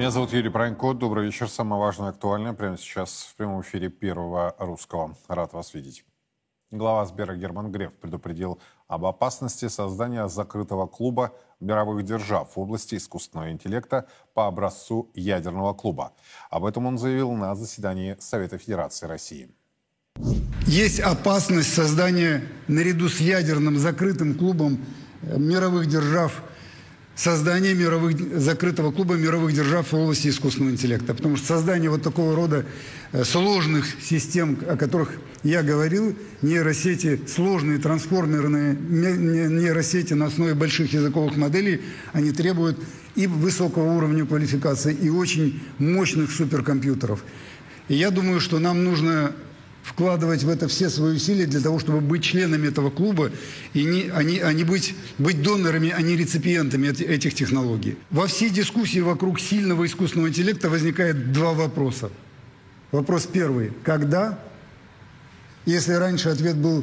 Меня зовут Юрий Пронько. Добрый вечер. Самое важное и актуальное прямо сейчас в прямом эфире Первого Русского. Рад вас видеть. Глава Сбера Герман Греф предупредил об опасности создания закрытого клуба мировых держав в области искусственного интеллекта по образцу ядерного клуба. Об этом он заявил на заседании Совета Федерации России. Есть опасность создания, наряду с ядерным закрытым клубом мировых держав, создание закрытого клуба мировых держав в области искусственного интеллекта. Потому что создание вот такого рода сложных систем, о которых я говорил, нейросети, сложные трансформерные нейросети на основе больших языковых моделей, они требуют и высокого уровня квалификации, и очень мощных суперкомпьютеров. И я думаю, что нам нужно вкладывать в это все свои усилия для того, чтобы быть членами этого клуба и быть донорами, а не реципиентами этих технологий. Во всей дискуссии вокруг сильного искусственного интеллекта возникает два вопроса. Вопрос первый. Когда? Если раньше ответ был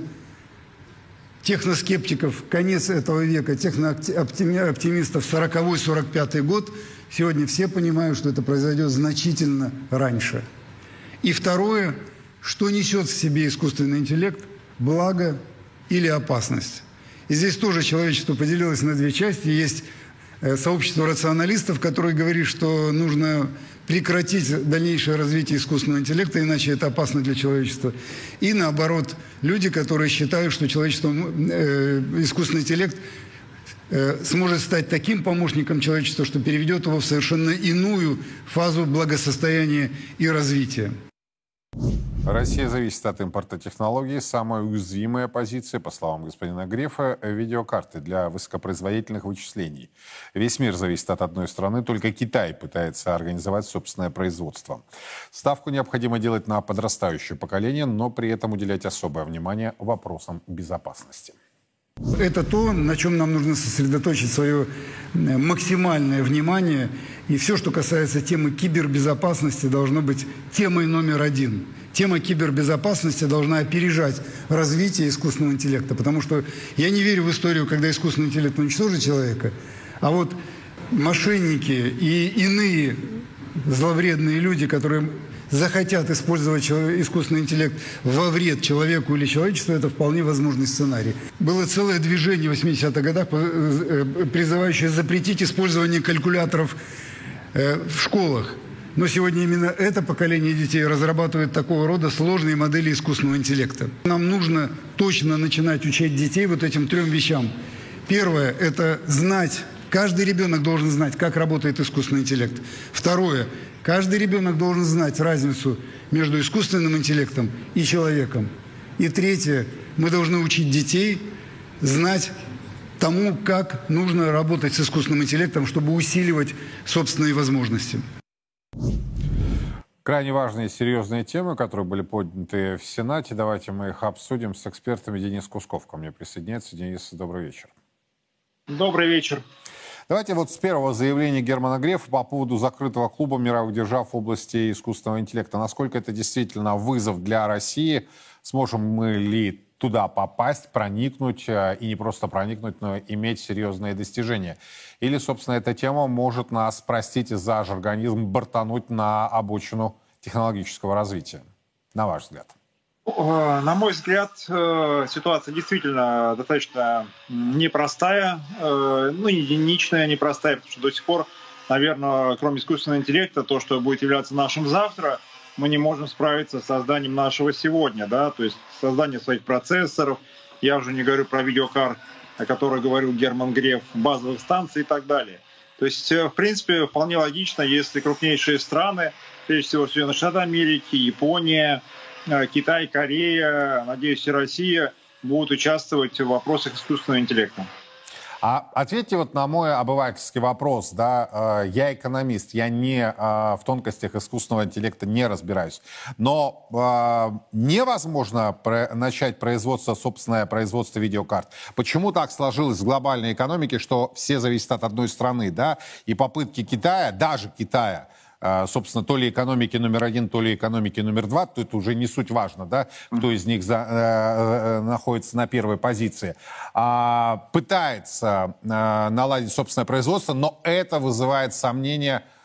техноскептиков, конец этого века, технооптимистов, 40-45 год, сегодня все понимают, что это произойдет значительно раньше. И второе. Что несет в себе искусственный интеллект, благо или опасность? И здесь тоже человечество поделилось на две части. Есть сообщество рационалистов, которые говорят, что нужно прекратить дальнейшее развитие искусственного интеллекта, иначе это опасно для человечества. И наоборот, люди, которые считают, что искусственный интеллект сможет стать таким помощником человечества, что переведет его в совершенно иную фазу благосостояния и развития. Россия зависит от импорта технологий. Самая уязвимая позиция, по словам господина Грефа, видеокарты для высокопроизводительных вычислений. Весь мир зависит от одной страны, только Китай пытается организовать собственное производство. Ставку необходимо делать на подрастающее поколение, но при этом уделять особое внимание вопросам безопасности. Это то, на чем нам нужно сосредоточить свое максимальное внимание. И все, что касается темы кибербезопасности, должно быть темой номер один. Тема кибербезопасности должна опережать развитие искусственного интеллекта. Потому что я не верю в историю, когда искусственный интеллект уничтожит человека. А вот мошенники и иные зловредные люди, которые захотят использовать искусственный интеллект во вред человеку или человечеству, это вполне возможный сценарий. Было целое движение в 80-х годах, призывающее запретить использование калькуляторов в школах. Но сегодня именно это поколение детей разрабатывает такого рода сложные модели искусственного интеллекта. Нам нужно точно начинать учить детей вот этим трем вещам. Первое – это знать. Каждый ребенок должен знать, как работает искусственный интеллект. Второе – каждый ребенок должен знать разницу между искусственным интеллектом и человеком. И третье – мы должны учить детей знать тому, как нужно работать с искусственным интеллектом, чтобы усиливать собственные возможности. Крайне важные и серьезные темы, которые были подняты в Сенате. Давайте мы их обсудим с экспертами. Денис Кусков ко мне присоединяется. Денис, добрый вечер. Добрый вечер. Давайте вот с первого заявления Германа Грефа по поводу закрытого клуба мировых держав в области искусственного интеллекта. Насколько это действительно вызов для России? Сможем мы ли туда попасть, проникнуть, и не просто проникнуть, но иметь серьезные достижения? Или, собственно, эта тема может нас, простите за жаргонизм, бортануть на обочину технологического развития? На ваш взгляд. На мой взгляд, ситуация действительно достаточно непростая, единичная, непростая, потому что до сих пор, наверное, кроме искусственного интеллекта, то, что будет являться нашим завтра, мы не можем справиться с созданием нашего сегодня, да, то есть создание своих процессоров, я уже не говорю про видеокарт, о которых говорил Герман Греф, базовых станций и так далее. То есть, в принципе, вполне логично, если крупнейшие страны, прежде всего Соединенные Штаты Америки, Япония, Китай, Корея, надеюсь, и Россия будут участвовать в вопросах искусственного интеллекта. А ответьте вот на мой обывательский вопрос. Да, я экономист, я в тонкостях искусственного интеллекта не разбираюсь. Но невозможно начать собственное производство видеокарт. Почему так сложилось в глобальной экономике, что все зависят от одной страны, да? И попытки Китая, даже Китая, собственно, то ли экономики номер один, то ли экономики номер два, то это уже не суть важно, да, кто из них находится на первой позиции, пытается наладить собственное производство, но это вызывает сомнения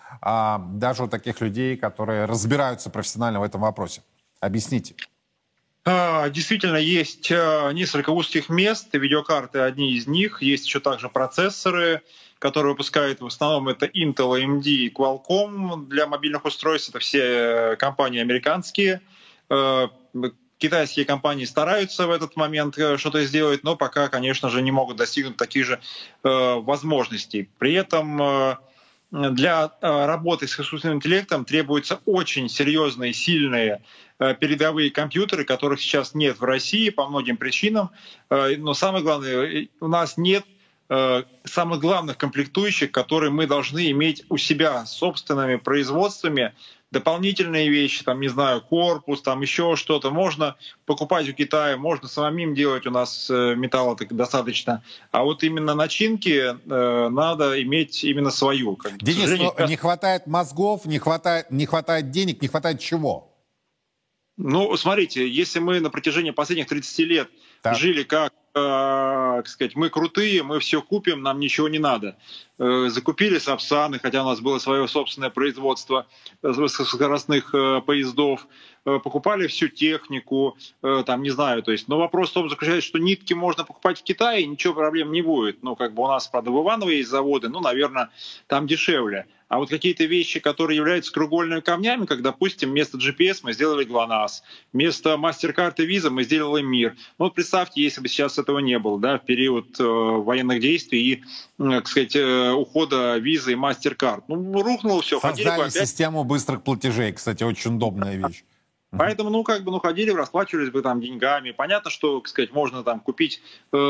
даже у таких людей, которые разбираются профессионально в этом вопросе? Объясните. Действительно, есть несколько узких мест, видеокарты одни из них, есть еще также процессоры, которые выпускают в основном это Intel, AMD и Qualcomm для мобильных устройств, это все компании американские. Китайские компании стараются в этот момент что-то сделать, но пока, конечно же, не могут достигнуть таких же возможностей. При этом для работы с искусственным интеллектом требуются очень серьезные, сильные передовые компьютеры, которых сейчас нет в России по многим причинам. Но самое главное, у нас нет самых главных комплектующих, которые мы должны иметь у себя собственными производствами. Дополнительные вещи, там, не знаю, корпус, там еще что-то можно покупать у Китая, можно самим делать, у нас металла достаточно. А вот именно начинки надо иметь именно свою. Денис, не хватает мозгов, не хватает денег, не хватает чего? Ну, смотрите, если мы на протяжении последних 30 лет жили как сказать, мы крутые, мы все купим, нам ничего не надо. Закупили Сапсаны, хотя у нас было свое собственное производство скоростных поездов, покупали всю технику, там, не знаю, то есть, но вопрос в том заключается, что нитки можно покупать в Китае, ничего проблем не будет. Ну, как бы у нас, правда, в Иваново есть заводы, ну, наверное, там дешевле. А вот какие-то вещи, которые являются краеугольными камнями, как, допустим, вместо GPS мы сделали ГЛОНАСС, вместо MasterCard и Visa мы сделали МИР. Ну, вот представьте, если бы сейчас этого не было, да, в период военных действий и, так сказать, ухода Visa и MasterCard. Ну, рухнуло все. Создали систему быстрых платежей, кстати, очень удобная вещь. Поэтому, ходили, расплачивались бы там деньгами. Понятно, что, так сказать, можно там купить,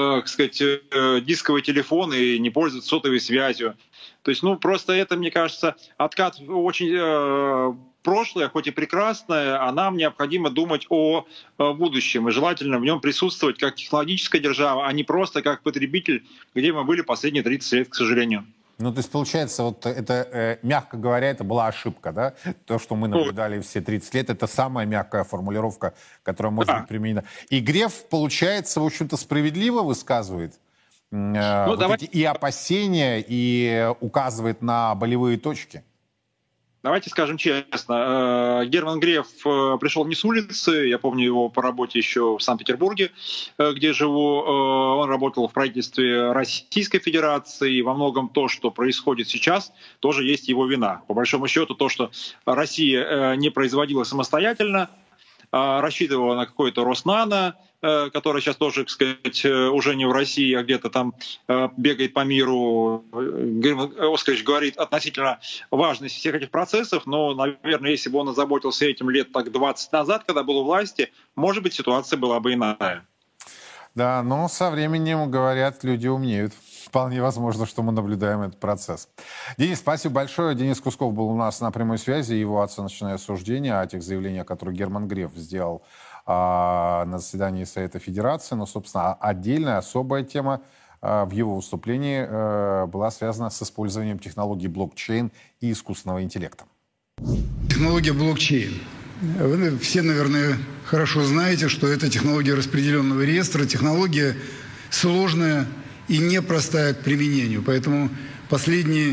дисковый телефон и не пользоваться сотовой связью. То есть, просто это, мне кажется, откат очень прошлое, хоть и прекрасное, а нам необходимо думать о будущем и желательно в нем присутствовать как технологическая держава, а не просто как потребитель, где мы были последние 30 лет, к сожалению. Ну, то есть, получается, вот это, мягко говоря, это была ошибка, да? То, что мы наблюдали все 30 лет, это самая мягкая формулировка, которая может быть применена. И Греф, получается, в общем-то, справедливо высказывает эти и опасения, и указывает на болевые точки. Давайте скажем честно, Герман Греф пришел не с улицы, я помню его по работе еще в Санкт-Петербурге, где живу, он работал в правительстве Российской Федерации, и во многом то, что происходит сейчас, тоже есть его вина. По большому счету, то, что Россия не производила самостоятельно, рассчитывала на какой-то Роснано, который сейчас тоже, так сказать, уже не в России, а где-то там бегает по миру. Герман Оскарович говорит относительно важности всех этих процессов, но, наверное, если бы он озаботился этим лет так 20 назад, когда был у власти, может быть, ситуация была бы иная. Да, но со временем, говорят, люди умнеют. Вполне возможно, что мы наблюдаем этот процесс. Денис, спасибо большое. Денис Кусков был у нас на прямой связи. Его оценочное суждение о тех заявлениях, которые Герман Греф сделал на заседании Совета Федерации. Но, собственно, отдельная, особая тема в его выступлении была связана с использованием технологий блокчейн и искусственного интеллекта. Технология блокчейн. Вы все, наверное, хорошо знаете, что это технология распределенного реестра, технология сложная и непростая к применению. Поэтому последние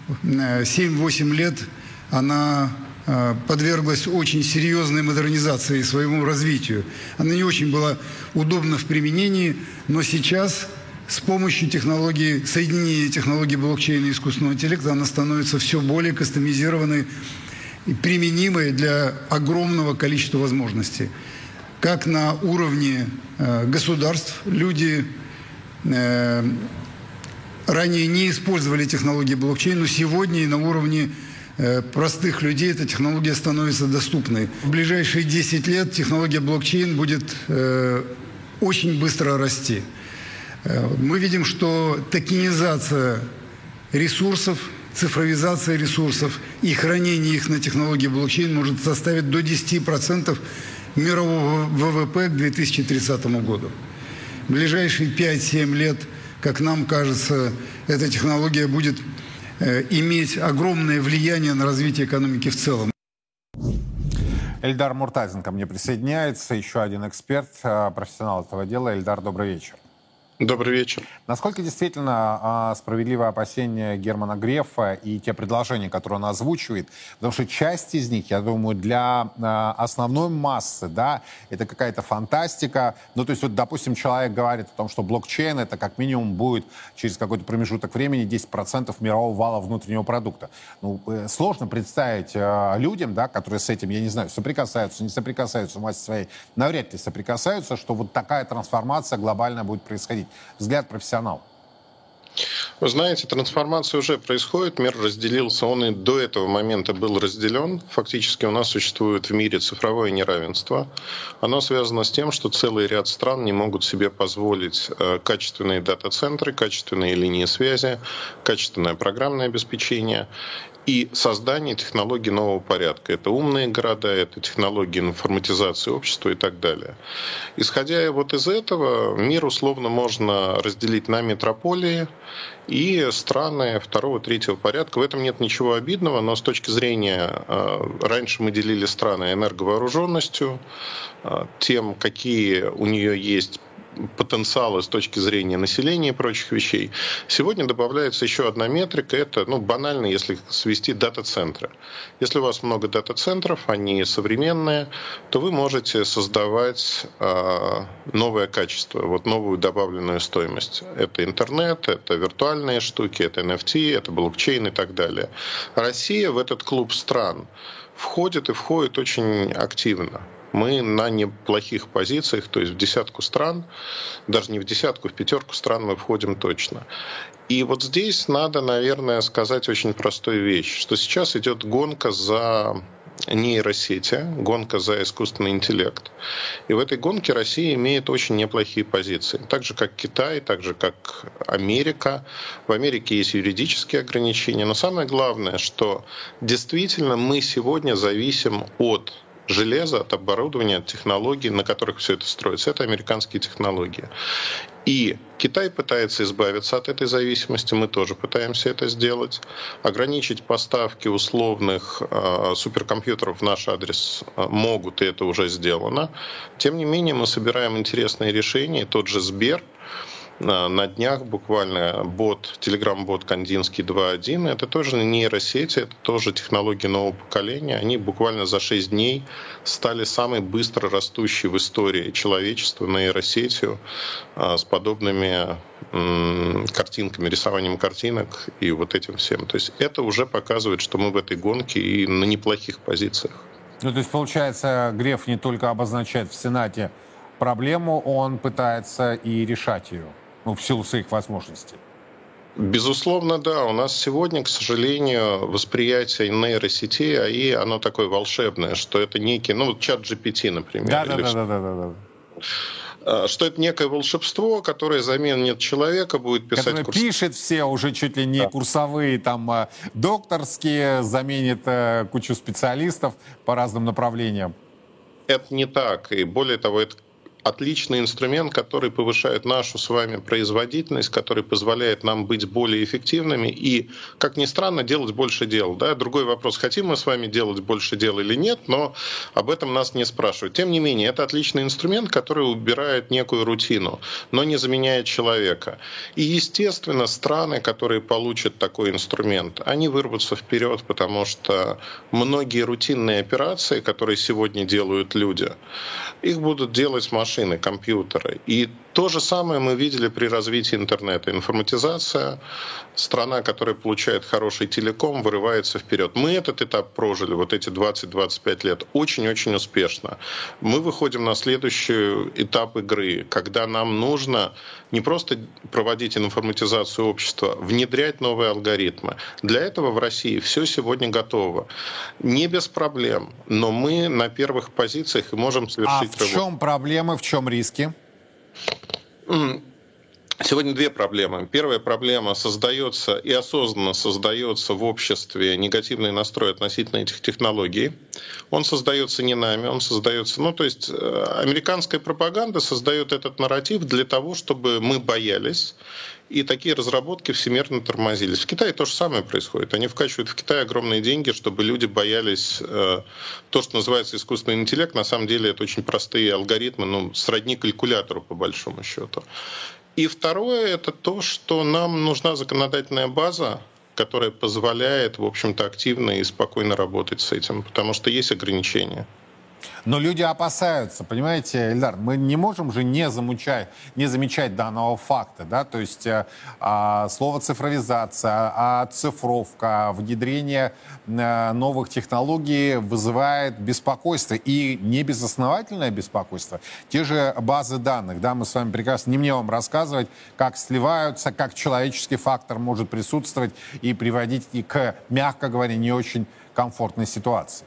7-8 лет она подверглась очень серьезной модернизации и своему развитию. Она не очень была удобна в применении, но сейчас с помощью технологии, соединения технологий блокчейна и искусственного интеллекта она становится все более кастомизированной и применимой для огромного количества возможностей. Как на уровне государств люди ранее не использовали технологии блокчейн, но сегодня и на уровне простых людей эта технология становится доступной. В ближайшие 10 лет технология блокчейн будет очень быстро расти. Мы видим, что токенизация ресурсов, цифровизация ресурсов и хранение их на технологии блокчейн может составить до 10% мирового ВВП к 2030 году. В ближайшие 5-7 лет, как нам кажется, эта технология будет иметь огромное влияние на развитие экономики в целом. Эльдар Муртазин ко мне присоединяется, еще один эксперт, профессионал этого дела. Эльдар, добрый вечер. Добрый вечер. Насколько действительно справедливое опасение Германа Грефа и те предложения, которые он озвучивает, потому что часть из них, я думаю, для основной массы, да, это какая-то фантастика. Ну, то есть, вот, допустим, человек говорит о том, что блокчейн это как минимум будет через какой-то промежуток времени 10% мирового вала внутреннего продукта. Ну, сложно представить людям, да, которые с этим, я не знаю, соприкасаются, не соприкасаются в массе своей, навряд ли соприкасаются, что вот такая трансформация глобальная будет происходить. Взгляд профессионала. Вы знаете, трансформация уже происходит, мир разделился, он и до этого момента был разделен. Фактически у нас существует в мире цифровое неравенство. Оно связано с тем, что целый ряд стран не могут себе позволить качественные дата-центры, качественные линии связи, качественное программное обеспечение и создание технологий нового порядка. Это умные города, это технологии информатизации общества и так далее. Исходя вот из этого, мир условно можно разделить на метрополии и страны второго, третьего порядка. В этом нет ничего обидного, но с точки зрения, раньше мы делили страны энерговооруженностью, тем, какие у нее есть потенциалы с точки зрения населения и прочих вещей. Сегодня добавляется еще одна метрика, это, банально, если свести дата-центры. Если у вас много дата-центров, они современные, то вы можете создавать новое качество, вот новую добавленную стоимость. Это интернет, это виртуальные штуки, это NFT, это блокчейн и так далее. Россия в этот клуб стран входит и входит очень активно. Мы на неплохих позициях, то есть в десятку стран, даже не в десятку, в пятерку стран мы входим точно. И вот здесь надо, наверное, сказать очень простую вещь, что сейчас идет гонка за нейросети, гонка за искусственный интеллект. И в этой гонке Россия имеет очень неплохие позиции. Так же, как Китай, так же, как Америка. В Америке есть юридические ограничения. Но самое главное, что действительно мы сегодня зависим от железа, от оборудования, от технологий, на которых все это строится. Это американские технологии. И Китай пытается избавиться от этой зависимости, мы тоже пытаемся это сделать. Ограничить поставки условных суперкомпьютеров в наш адрес могут, и это уже сделано. Тем не менее, мы собираем интересные решения. Тот же Сбер, на днях буквально Telegram-бот Кандинский 2.1, это тоже нейросети, это тоже технологии нового поколения. Они буквально за 6 дней стали самой быстро растущей в истории человечества нейросетью с подобными картинками, рисованием картинок и вот этим всем. То есть это уже показывает, что мы в этой гонке и на неплохих позициях. Ну, то есть, получается, Греф не только обозначает в Сенате проблему, он пытается и решать ее. В силу своих возможностей. Безусловно, да. У нас сегодня, к сожалению, восприятие нейросетей, АИ, оно такое волшебное, что это некий, чат GPT, например. Да. Что это некое волшебство, которое заменит человека, будет писать которое пишет все уже чуть ли не курсовые, там, докторские, заменит кучу специалистов по разным направлениям. Это не так. И более того, это отличный инструмент, который повышает нашу с вами производительность, который позволяет нам быть более эффективными и, как ни странно, делать больше дел. Да? Другой вопрос, хотим мы с вами делать больше дел или нет, но об этом нас не спрашивают. Тем не менее, это отличный инструмент, который убирает некую рутину, но не заменяет человека. И, естественно, страны, которые получат такой инструмент, они вырвутся вперед, потому что многие рутинные операции, которые сегодня делают люди, их будут делать машины, компьютеры. И то же самое мы видели при развитии интернета. Информатизация, страна, которая получает хороший телеком, вырывается вперед. Мы этот этап прожили, вот эти 20-25 лет, очень-очень успешно. Мы выходим на следующий этап игры, когда нам нужно не просто проводить информатизацию общества, внедрять новые алгоритмы. Для этого в России все сегодня готово. Не без проблем, но мы на первых позициях и можем совершить рывок. В чем проблемы, в чем риски? Сегодня две проблемы. Первая проблема: создается и осознанно создается в обществе негативный настрой относительно этих технологий. Он создается не нами, он создается... то есть американская пропаганда создает этот нарратив для того, чтобы мы боялись, и такие разработки всемирно тормозились. В Китае то же самое происходит. Они вкачивают в Китай огромные деньги, чтобы люди боялись то, что называется искусственный интеллект. На самом деле это очень простые алгоритмы, сродни калькулятору по большому счету. И второе, это то, что нам нужна законодательная база, которая позволяет, в общем-то, активно и спокойно работать с этим, потому что есть ограничения. Но люди опасаются, понимаете, Эльдар, мы не можем же не замечать данного факта, да, то есть слово цифровизация, оцифровка, внедрение новых технологий вызывает беспокойство, и небезосновательное беспокойство. Те же базы данных, да, мы с вами прекрасно, не мне вам рассказывать, как сливаются, как человеческий фактор может присутствовать и приводить и к, мягко говоря, не очень комфортной ситуации.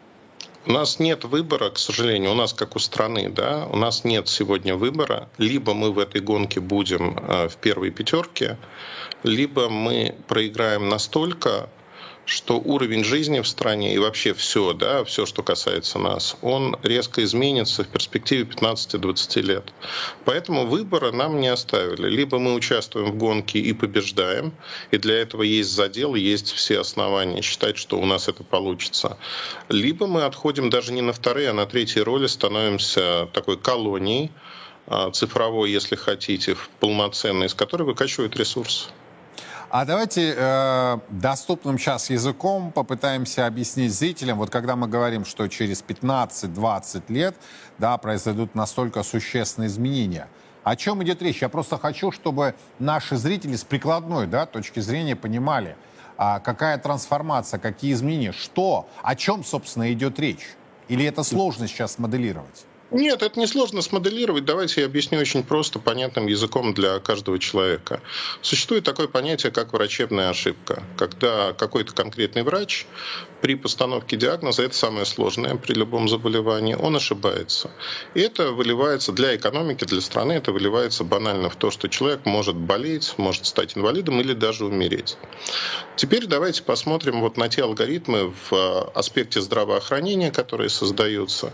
У нас нет выбора, к сожалению, у нас как у страны, да, у нас нет сегодня выбора. Либо мы в этой гонке будем в первой пятерке, либо мы проиграем настолько, что уровень жизни в стране и вообще все, да, все, что касается нас, он резко изменится в перспективе 15-20 лет. Поэтому выбора нам не оставили. Либо мы участвуем в гонке и побеждаем, и для этого есть задел, есть все основания считать, что у нас это получится. Либо мы отходим даже не на вторые, а на третьи роли, становимся такой колонией, цифровой, если хотите, полноценной, из которой выкачивают ресурсы. А давайте доступным сейчас языком попытаемся объяснить зрителям, вот когда мы говорим, что через 15-20 лет, да, произойдут настолько существенные изменения. О чем идет речь? Я просто хочу, чтобы наши зрители с прикладной, да, точки зрения понимали, какая трансформация, какие изменения, что, о чем, собственно, идет речь. Или это сложно сейчас моделировать? Нет, это несложно смоделировать. Давайте я объясню очень просто, понятным языком для каждого человека. Существует такое понятие, как врачебная ошибка. Когда какой-то конкретный врач при постановке диагноза, это самое сложное при любом заболевании, он ошибается. И это выливается для экономики, для страны, это выливается банально в то, что человек может болеть, может стать инвалидом или даже умереть. Теперь давайте посмотрим вот на те алгоритмы в аспекте здравоохранения, которые создаются.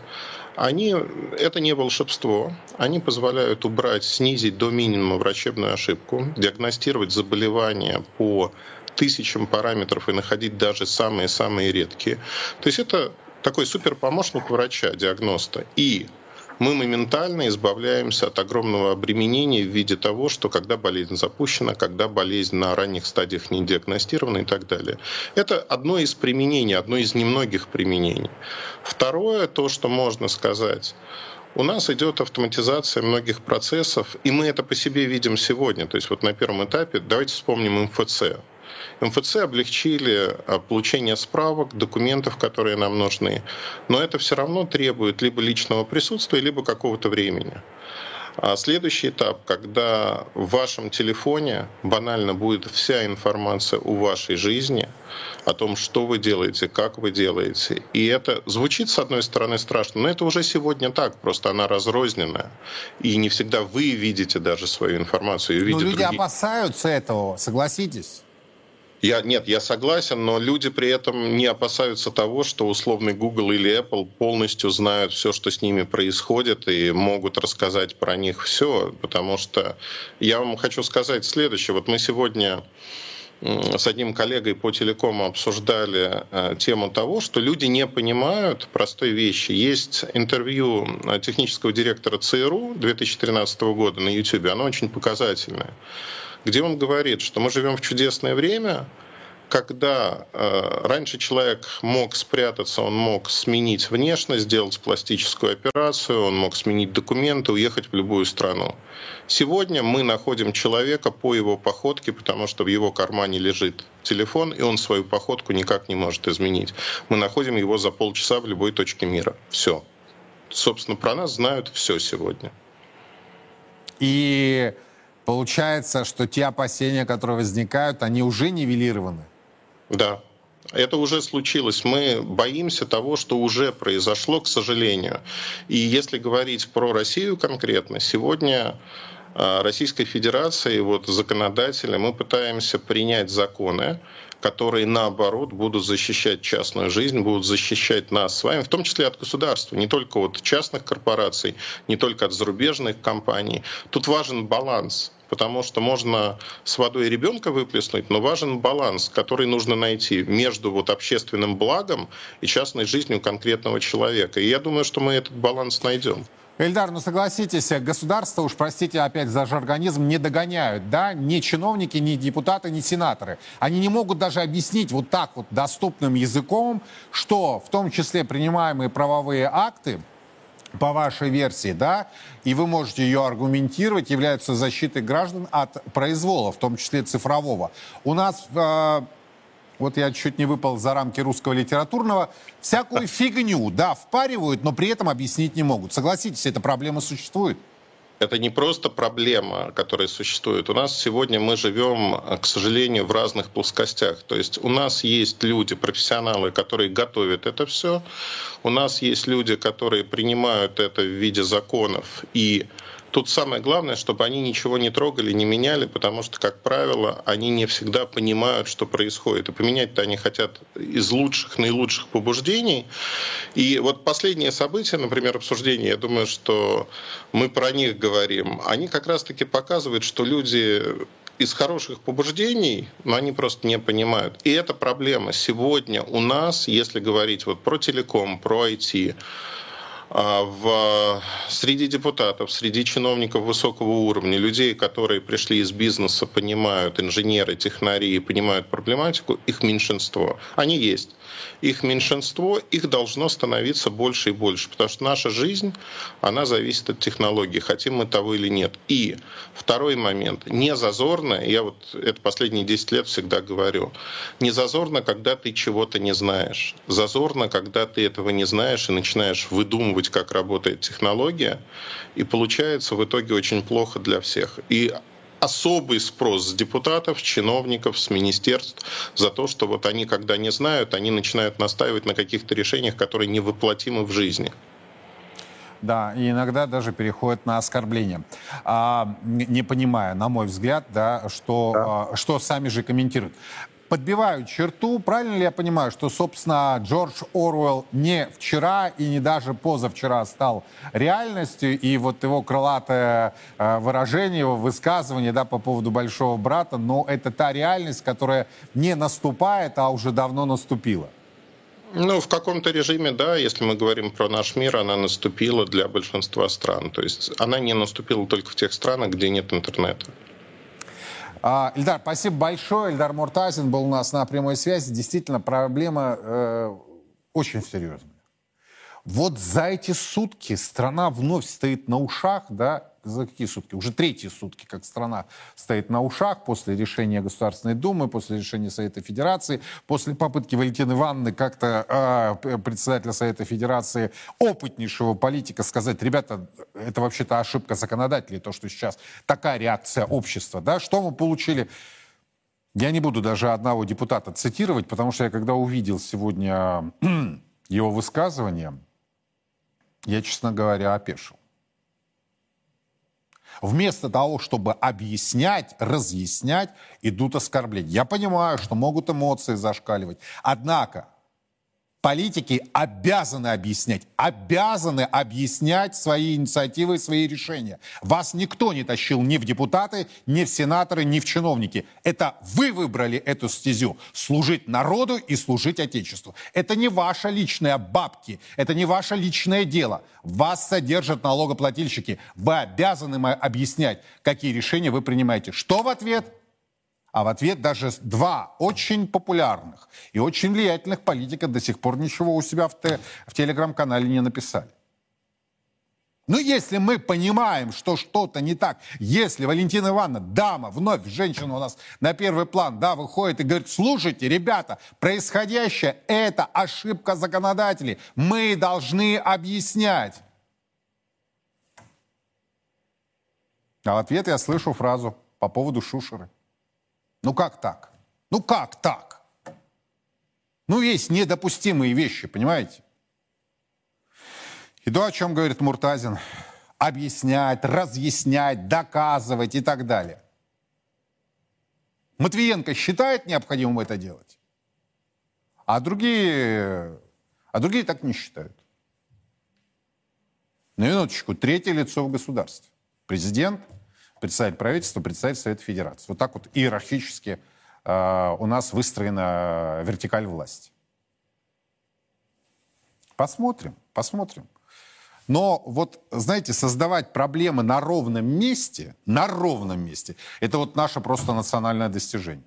Это не волшебство. Они позволяют убрать, снизить до минимума врачебную ошибку, диагностировать заболевания по тысячам параметров и находить даже самые-самые редкие. То есть это такой суперпомощник врача, диагноста. И мы моментально избавляемся от огромного обременения в виде того, что когда болезнь запущена, когда болезнь на ранних стадиях не диагностирована и так далее. Это одно из применений, одно из немногих применений. Второе, то, что можно сказать, у нас идет автоматизация многих процессов, и мы это по себе видим сегодня. То есть вот на первом этапе, давайте вспомним МФЦ. МФЦ облегчили получение справок, документов, которые нам нужны. Но это все равно требует либо личного присутствия, либо какого-то времени. А следующий этап, когда в вашем телефоне банально будет вся информация о вашей жизни, о том, что вы делаете, как вы делаете. И это звучит, с одной стороны, страшно, но это уже сегодня так, просто она разрозненная. И не всегда вы видите даже свою информацию. Но люди опасаются этого, согласитесь? Я согласен, но люди при этом не опасаются того, что условный Google или Apple полностью знают все, что с ними происходит, и могут рассказать про них все, потому что я вам хочу сказать следующее. Вот мы сегодня с одним коллегой по телекому обсуждали тему того, что люди не понимают простой вещи. Есть интервью технического директора ЦРУ 2013 года на YouTube, оно очень показательное, где он говорит, что мы живем в чудесное время, когда раньше человек мог спрятаться, он мог сменить внешность, сделать пластическую операцию, он мог сменить документы, уехать в любую страну. Сегодня мы находим человека по его походке, потому что в его кармане лежит телефон, и он свою походку никак не может изменить. Мы находим его за полчаса в любой точке мира. Все. Собственно, про нас знают все сегодня. И получается, что те опасения, которые возникают, они уже нивелированы? Да, это уже случилось. Мы боимся того, что уже произошло, к сожалению. И если говорить про Россию конкретно, сегодня Российской Федерации, вот законодатели, мы пытаемся принять законы, которые, наоборот, будут защищать частную жизнь, будут защищать нас с вами, в том числе от государства, не только от частных корпораций, не только от зарубежных компаний. Тут важен баланс. потому что можно с водой ребенка выплеснуть, но важен баланс, который нужно найти между вот общественным благом и частной жизнью конкретного человека. И я думаю, что мы этот баланс найдем. Эльдар, ну согласитесь, государство, уж простите опять за жаргонизм, не догоняют, да, ни чиновники, ни депутаты, ни сенаторы. Они не могут даже объяснить вот так вот доступным языком, что в том числе принимаемые правовые акты, по вашей версии, да, и вы можете ее аргументировать, являются защитой граждан от произвола, в том числе цифрового. У нас... Вот я чуть не выпал за рамки русского литературного. Всякую фигню, да, впаривают, но при этом объяснить не могут. Согласитесь, эта проблема существует? Это не просто проблема, которая существует. У нас сегодня мы живем, к сожалению, в разных плоскостях. То есть у нас есть люди, профессионалы, которые готовят это все. У нас есть люди, которые принимают это в виде законов. И тут самое главное, чтобы они ничего не трогали, не меняли, потому что, как правило, они не всегда понимают, что происходит. И поменять-то они хотят из лучших, наилучших побуждений. И вот последние события, например, обсуждение, я думаю, что мы про них говорим, они как раз-таки показывают, что люди из хороших побуждений, но они просто не понимают. И это проблема. Сегодня у нас, если говорить вот про телеком, про IT, среди депутатов, среди чиновников высокого уровня, людей, которые пришли из бизнеса, понимают, инженеры, технари, понимают проблематику, их меньшинство. Они есть. Их меньшинство, их должно становиться больше и больше, потому что наша жизнь, она зависит от технологий, хотим мы того или нет. И второй момент. Не зазорно, я вот это последние 10 лет всегда говорю, не зазорно, когда ты чего-то не знаешь. Зазорно, когда ты этого не знаешь и начинаешь выдумывать, как работает технология, и получается в итоге очень плохо для всех. И особый спрос с депутатов, с чиновников, с министерств за то, что вот они, когда не знают, они начинают настаивать на каких-то решениях, которые невоплотимы в жизни. Да, и иногда даже переходят на оскорбление. Не понимая, на мой взгляд, да, что сами же комментируют. Подбиваю черту. Правильно ли я понимаю, что, собственно, Джордж Оруэлл не вчера и не даже позавчера стал реальностью, и вот его крылатое выражение, его высказывание, да, по поводу «Большого брата», но это та реальность, которая не наступает, а уже давно наступила? Ну, в каком-то режиме, да, если мы говорим про наш мир, она наступила для большинства стран. То есть она не наступила только в тех странах, где нет интернета. Ильдар, спасибо большое. Ильдар Муртазин был у нас на прямой связи. Действительно, проблема очень серьезная. Вот за эти сутки страна вновь стоит на ушах, да, за какие сутки? Уже третьи сутки, как страна стоит на ушах после решения Государственной Думы, после решения Совета Федерации, после попытки Валентины Ивановны, как-то председателя Совета Федерации, опытнейшего политика, сказать: ребята, это вообще-то ошибка законодателей, то, что сейчас такая реакция общества. Да? Что мы получили? Я не буду даже одного депутата цитировать, потому что я когда увидел сегодня его высказывание, я, честно говоря, опешил. Вместо того, чтобы объяснять, разъяснять, идут оскорбления. Я понимаю, что могут эмоции зашкаливать. Однако политики обязаны объяснять свои инициативы и свои решения. Вас никто не тащил ни в депутаты, ни в сенаторы, ни в чиновники. Это вы выбрали эту стезю. Служить народу и служить Отечеству. Это не ваши личные бабки, это не ваше личное дело. Вас содержат налогоплательщики. Вы обязаны объяснять, какие решения вы принимаете. Что в ответ? А в ответ даже два очень популярных и очень влиятельных политика до сих пор ничего у себя в телеграм-канале не написали. Ну, если мы понимаем, что что-то не так, если Валентина Ивановна, дама, вновь женщина у нас на первый план, да, выходит и говорит: слушайте, ребята, происходящее – это ошибка законодателей, мы должны объяснять. А в ответ я слышу фразу по поводу Шушеры. Ну как так? Ну как так? Ну есть недопустимые вещи, понимаете? И то, о чем говорит Муртазин: объяснять, разъяснять, доказывать и так далее. Матвиенко считает необходимым это делать, а другие так не считают. На минуточку, третье лицо в государстве. Президент, председатель правительства, председатель Совета Федерации. Вот так вот иерархически у нас выстроена вертикаль власти. Посмотрим, посмотрим. Но вот, знаете, создавать проблемы на ровном месте, это вот наше просто национальное достижение.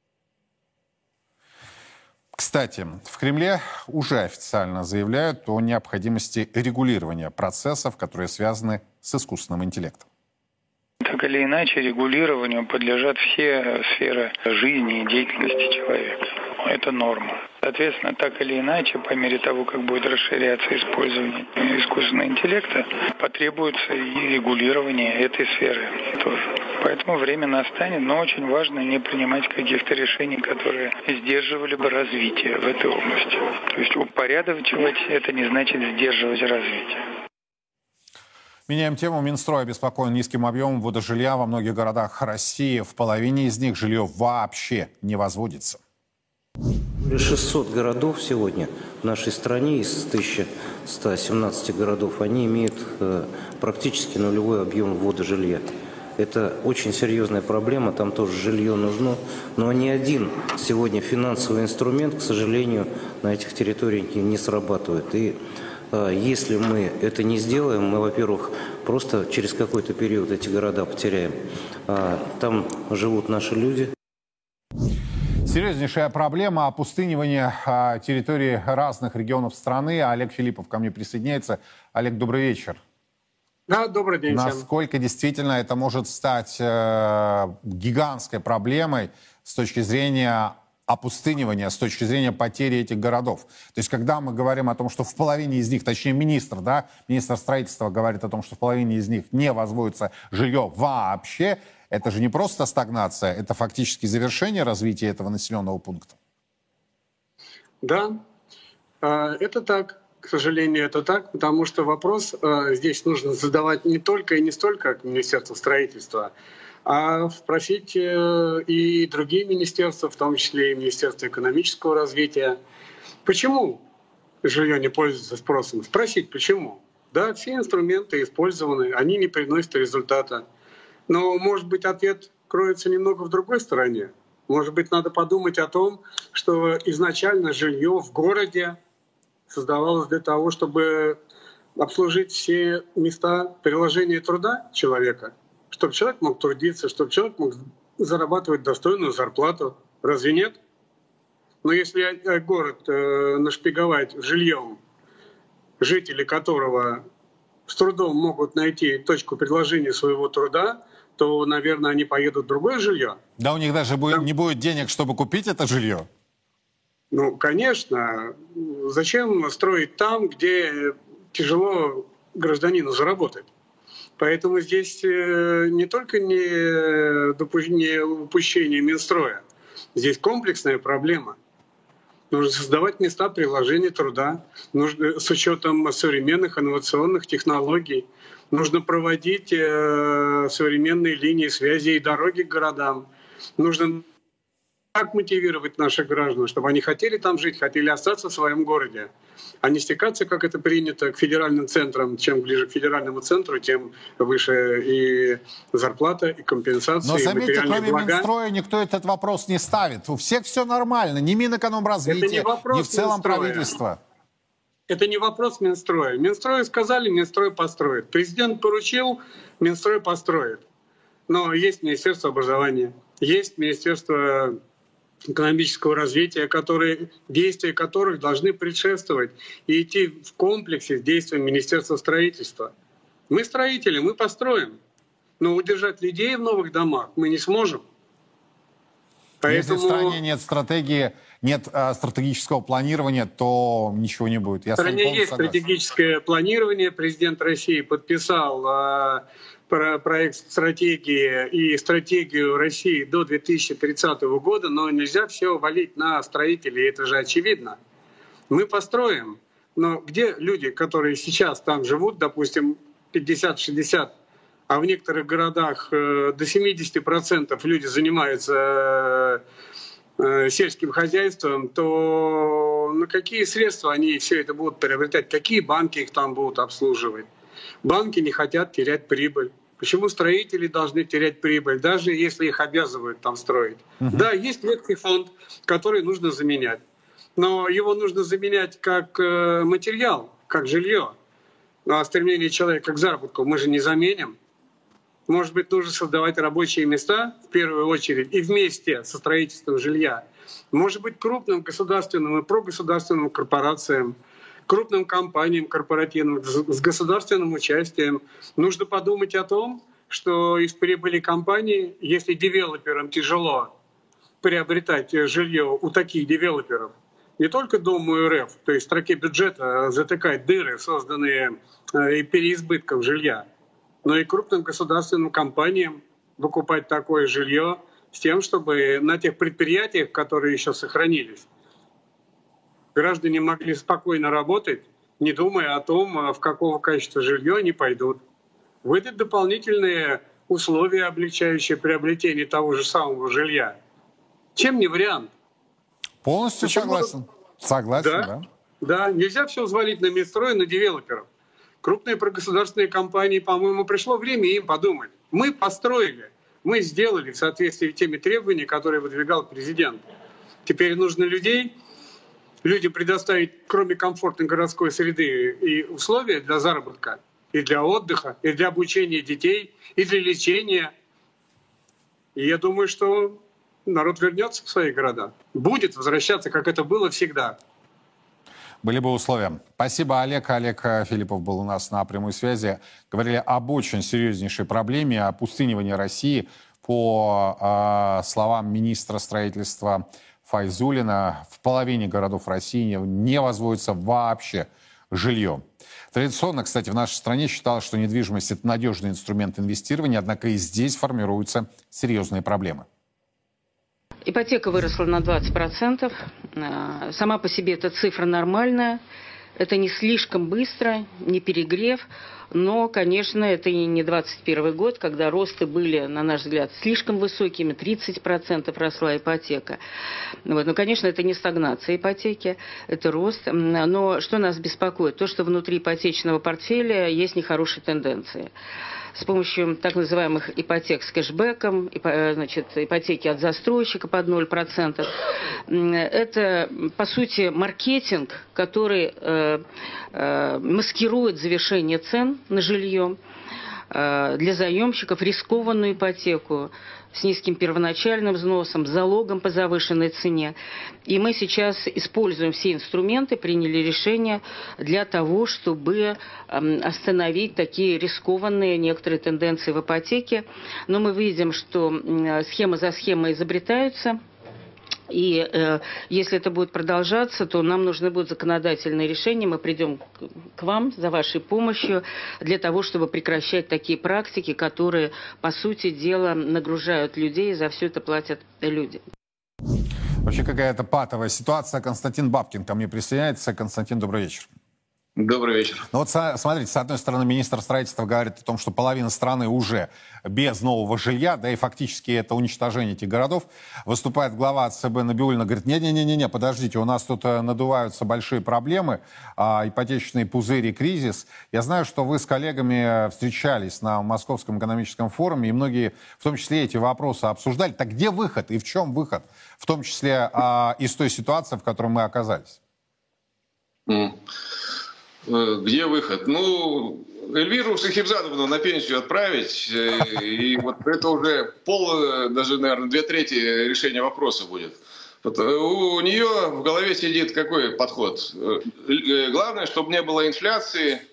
Кстати, в Кремле уже официально заявляют о необходимости регулирования процессов, которые связаны с искусственным интеллектом. Так или иначе, регулированию подлежат все сферы жизни и деятельности человека. Это норма. Соответственно, так или иначе, по мере того, как будет расширяться использование искусственного интеллекта, потребуется и регулирование этой сферы тоже. Поэтому время настанет, но очень важно не принимать каких-то решений, которые сдерживали бы развитие в этой области. То есть упорядочивать это не значит сдерживать развитие. Меняем тему. Минстрой обеспокоен низким объемом водожилья во многих городах России. В половине из них жилье вообще не возводится. 600 городов сегодня в нашей стране из 1117 городов, они имеют практически нулевой объем ввода жилья. Это очень серьезная проблема, там тоже жилье нужно, но ни один сегодня финансовый инструмент, к сожалению, на этих территориях не срабатывает. И если мы это не сделаем, мы, во-первых, просто через какой-то период эти города потеряем. Там живут наши люди. Серьезнейшая проблема опустынивания территории разных регионов страны. Олег Филиппов ко мне присоединяется. Олег, добрый вечер. Да, добрый день. Насколько действительно это может стать гигантской проблемой с точки зрения опустынивания, с точки зрения потери этих городов? То есть, когда мы говорим о том, что в половине из них, точнее министр строительства говорит о том, что в половине из них не возводится жилье вообще, это же не просто стагнация, это фактически завершение развития этого населенного пункта. Да, это так. К сожалению, это так, потому что вопрос здесь нужно задавать не только и не столько к Министерству строительства, а спросить и другие министерства, в том числе и Министерство экономического развития. Почему жилье не пользуется спросом? Спросить, почему? Да, все инструменты использованы, они не приносят результата. Но, может быть, ответ кроется немного в другой стороне. Может быть, надо подумать о том, что изначально жилье в городе создавалось для того, чтобы обслужить все места приложения труда человека, чтобы человек мог трудиться, чтобы человек мог зарабатывать достойную зарплату. Разве нет? Но если город нашпиговать жильем, жители которого с трудом могут найти точку предложения своего труда, то, наверное, они поедут в другое жилье. Да у них даже не будет денег, чтобы купить это жилье. Ну, конечно. Зачем строить там, где тяжело гражданину заработать? Поэтому здесь не только не упущение Минстроя, здесь комплексная проблема. Нужно создавать места приложения труда, нужно с учетом современных инновационных технологий. Нужно проводить современные линии связи и дороги к городам. Нужно так мотивировать наших граждан, чтобы они хотели там жить, хотели остаться в своем городе, а не стекаться, как это принято, к федеральным центрам. Чем ближе к федеральному центру, тем выше и зарплата, и компенсация, но, и заметьте, материальные кроме блага. Минстроя никто этот вопрос не ставит. У всех все нормально. Ни Минэкономразвития, ни в целом правительство. Это не вопрос Минстроя. Минстрою сказали, Минстрой построит. Президент поручил, Минстрой построит. Но есть Министерство образования, есть Министерство экономического развития, действия которых должны предшествовать и идти в комплексе с действием Министерства строительства. Мы строители, мы построим. Но удержать людей в новых домах мы не сможем. Поэтому... Если в стране нет стратегии, нет стратегического планирования, то ничего не будет. В стране есть стратегическое планирование. Президент России подписал проект стратегии и стратегию России до 2030 года, но нельзя все валить на строителей, это же очевидно. Мы построим, но где люди, которые сейчас там живут, допустим, 50-60, а в некоторых городах до 70% люди занимаются сельским хозяйством, то на какие средства они все это будут приобретать, какие банки их там будут обслуживать? Банки не хотят терять прибыль. Почему строители должны терять прибыль, даже если их обязывают там строить? Да, есть ветхий фонд, который нужно заменять. Но его нужно заменять как материал, как жилье. А стремление человека к заработку мы же не заменим. Может быть, нужно создавать рабочие места в первую очередь и вместе со строительством жилья. Может быть, крупным государственным и прогосударственным корпорациям, крупным компаниям корпоративным с государственным участием нужно подумать о том, что из прибыли компании, если девелоперам тяжело приобретать жилье у таких девелоперов, не только Думу РФ, то есть в строке бюджета затыкать дыры, созданные переизбытком жилья, но и крупным государственным компаниям выкупать такое жилье с тем, чтобы на тех предприятиях, которые еще сохранились, граждане могли спокойно работать, не думая о том, в какого качества жилье они пойдут. Выдать дополнительные условия, облегчающие приобретение того же самого жилья. Чем не вариант? Полностью согласен. Согласен, да. Да, нельзя все взвалить на Минстрой, на девелоперов. Крупные прогосударственные компании, по-моему, пришло время им подумать. Мы построили, мы сделали в соответствии с теми требованиями, которые выдвигал президент. Теперь нужно людям предоставить, кроме комфортной городской среды, и условия для заработка, и для отдыха, и для обучения детей, и для лечения. И я думаю, что народ вернется в свои города. Будет возвращаться, как это было всегда. Были бы условия. Спасибо, Олег. Олег Филиппов был у нас на прямой связи. Говорили об очень серьезнейшей проблеме опустынивания России. По словам министра строительства Файзуллина, в половине городов России не возводится вообще жилье. Традиционно, кстати, в нашей стране считалось, что недвижимость – это надежный инструмент инвестирования, однако и здесь формируются серьезные проблемы. Ипотека выросла на 20%. Сама по себе эта цифра нормальная. Это не слишком быстро, не перегрев. Но, конечно, это и не 21 год, когда росты были, на наш взгляд, слишком высокими. 30% росла ипотека. Вот. Но, конечно, это не стагнация ипотеки, это рост. Но что нас беспокоит? То, что внутри ипотечного портфеля есть нехорошие тенденции. С помощью так называемых ипотек с кэшбэком, ипотеки от застройщика под 0%. Это, по сути, маркетинг, который маскирует завышение цен на жилье для заемщиков, рискованную ипотеку с низким первоначальным взносом, с залогом по завышенной цене. И мы сейчас используем все инструменты, приняли решение для того, чтобы остановить такие рискованные некоторые тенденции в ипотеке. Но мы видим, что схема за схемой изобретаются. И если это будет продолжаться, то нам нужны будут законодательные решения. Мы придем к вам за вашей помощью для того, чтобы прекращать такие практики, которые, по сути дела, нагружают людей, и за все это платят люди. Вообще какая-то патовая ситуация. Константин Бабкин ко мне присоединяется. Константин, добрый вечер. Добрый вечер. Ну вот смотрите, с одной стороны, министр строительства говорит о том, что половина страны уже без нового жилья, да и фактически это уничтожение этих городов. Выступает глава ЦБ Набиуллина, говорит, не-не-не, подождите, у нас тут надуваются большие проблемы, ипотечные пузыри, кризис. Я знаю, что вы с коллегами встречались на Московском экономическом форуме, и многие, в том числе, эти вопросы обсуждали. Так где выход и в чем выход? В том числе из той ситуации, в которой мы оказались. Где выход? Ну, Эльвиру Шахибзадовну на пенсию отправить, и вот это уже даже, наверное, 2/3 решения вопроса будет. Вот у нее в голове сидит какой подход? Главное, чтобы не было инфляции.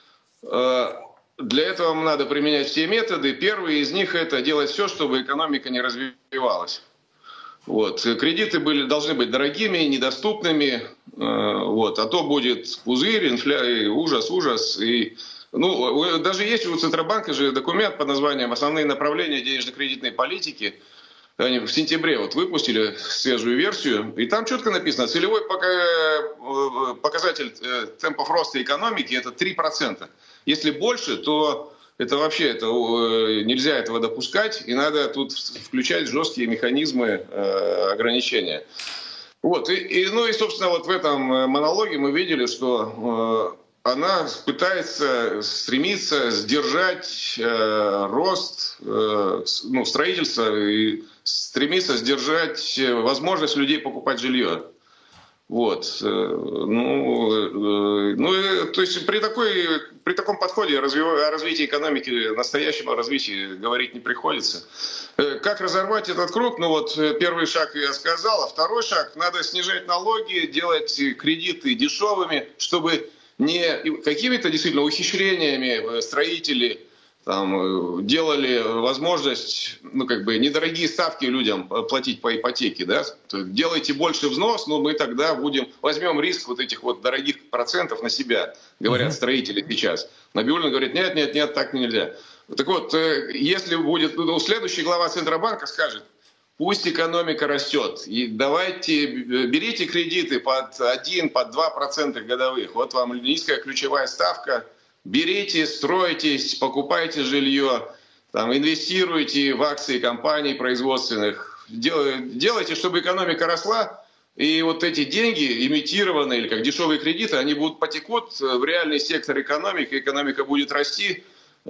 Для этого надо применять все методы. Первый из них – это делать все, чтобы экономика не развивалась. Вот. Кредиты должны быть дорогими, недоступными, вот. А то будет пузырь, ужас. И, даже есть у Центробанка же документ под названием «Основные направления денежно-кредитной политики». Они в сентябре выпустили свежую версию, и там четко написано, целевой показатель темпов роста экономики – это 3%. Если больше, то это вообще нельзя этого допускать, и надо тут включать жесткие механизмы ограничения. Вот. И собственно, вот в этом монологе мы видели, что она стремится сдержать рост строительства и стремится сдержать возможность людей покупать жилье. Вот. То есть при таком подходе о развитии экономики, настоящем развитии говорить не приходится. Как разорвать этот круг? Первый шаг я сказал, а второй шаг — надо снижать налоги, делать кредиты дешевыми, чтобы не какими-то действительно ухищрениями строители делали возможность, недорогие ставки людям платить по ипотеке, да? Делайте больше взнос, но мы тогда возьмем риск этих дорогих процентов на себя, говорят строители сейчас. Набиуллина говорит, нет, так нельзя. Так вот, если будет, следующий глава Центробанка скажет, пусть экономика растет, и берите кредиты под 1, под 2% годовых, вот вам низкая ключевая ставка, берите, стройтесь, покупайте жилье, инвестируйте в акции компаний производственных, делайте, чтобы экономика росла, и эти деньги, имитированные или как дешевые кредиты, они потекут в реальный сектор экономики, экономика будет расти,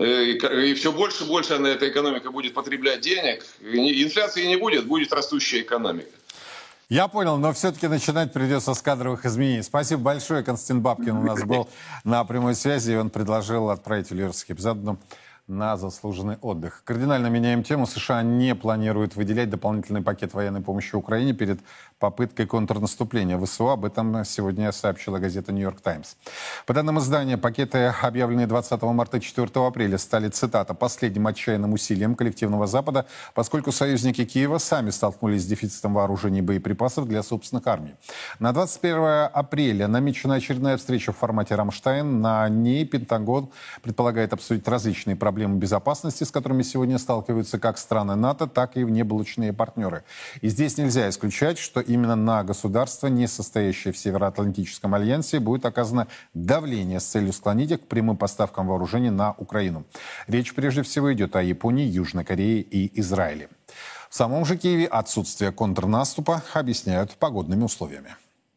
и все больше и больше эта экономика будет потреблять денег, инфляции не будет растущая экономика. Я понял, но все-таки начинать придется с кадровых изменений. Спасибо большое. Константин Бабкин у нас был на прямой связи, и он предложил отправить Валерию Скипзаду на заслуженный отдых. Кардинально меняем тему. США не планируют выделять дополнительный пакет военной помощи Украине перед попыткой контрнаступления ВСУ. Об этом сегодня сообщила газета «Нью-Йорк Таймс». По данным издания, пакеты, объявленные 20 марта и 4 апреля, стали, цитата, «последним отчаянным усилием коллективного Запада, поскольку союзники Киева сами столкнулись с дефицитом вооружений и боеприпасов для собственных армий». На 21 апреля намечена очередная встреча в формате «Рамштайн». На ней Пентагон предполагает обсудить различные проблемы безопасности, с которыми сегодня сталкиваются как страны НАТО, так и внеблочные партнеры. И здесь нельзя исключать, что именно на государства, не состоящие в Североатлантическом альянсе, будет оказано давление с целью склонить их к прямым поставкам вооружений на Украину. Речь прежде всего идет о Японии, Южной Корее и Израиле. В самом же Киеве отсутствие контрнаступа объясняют погодными условиями.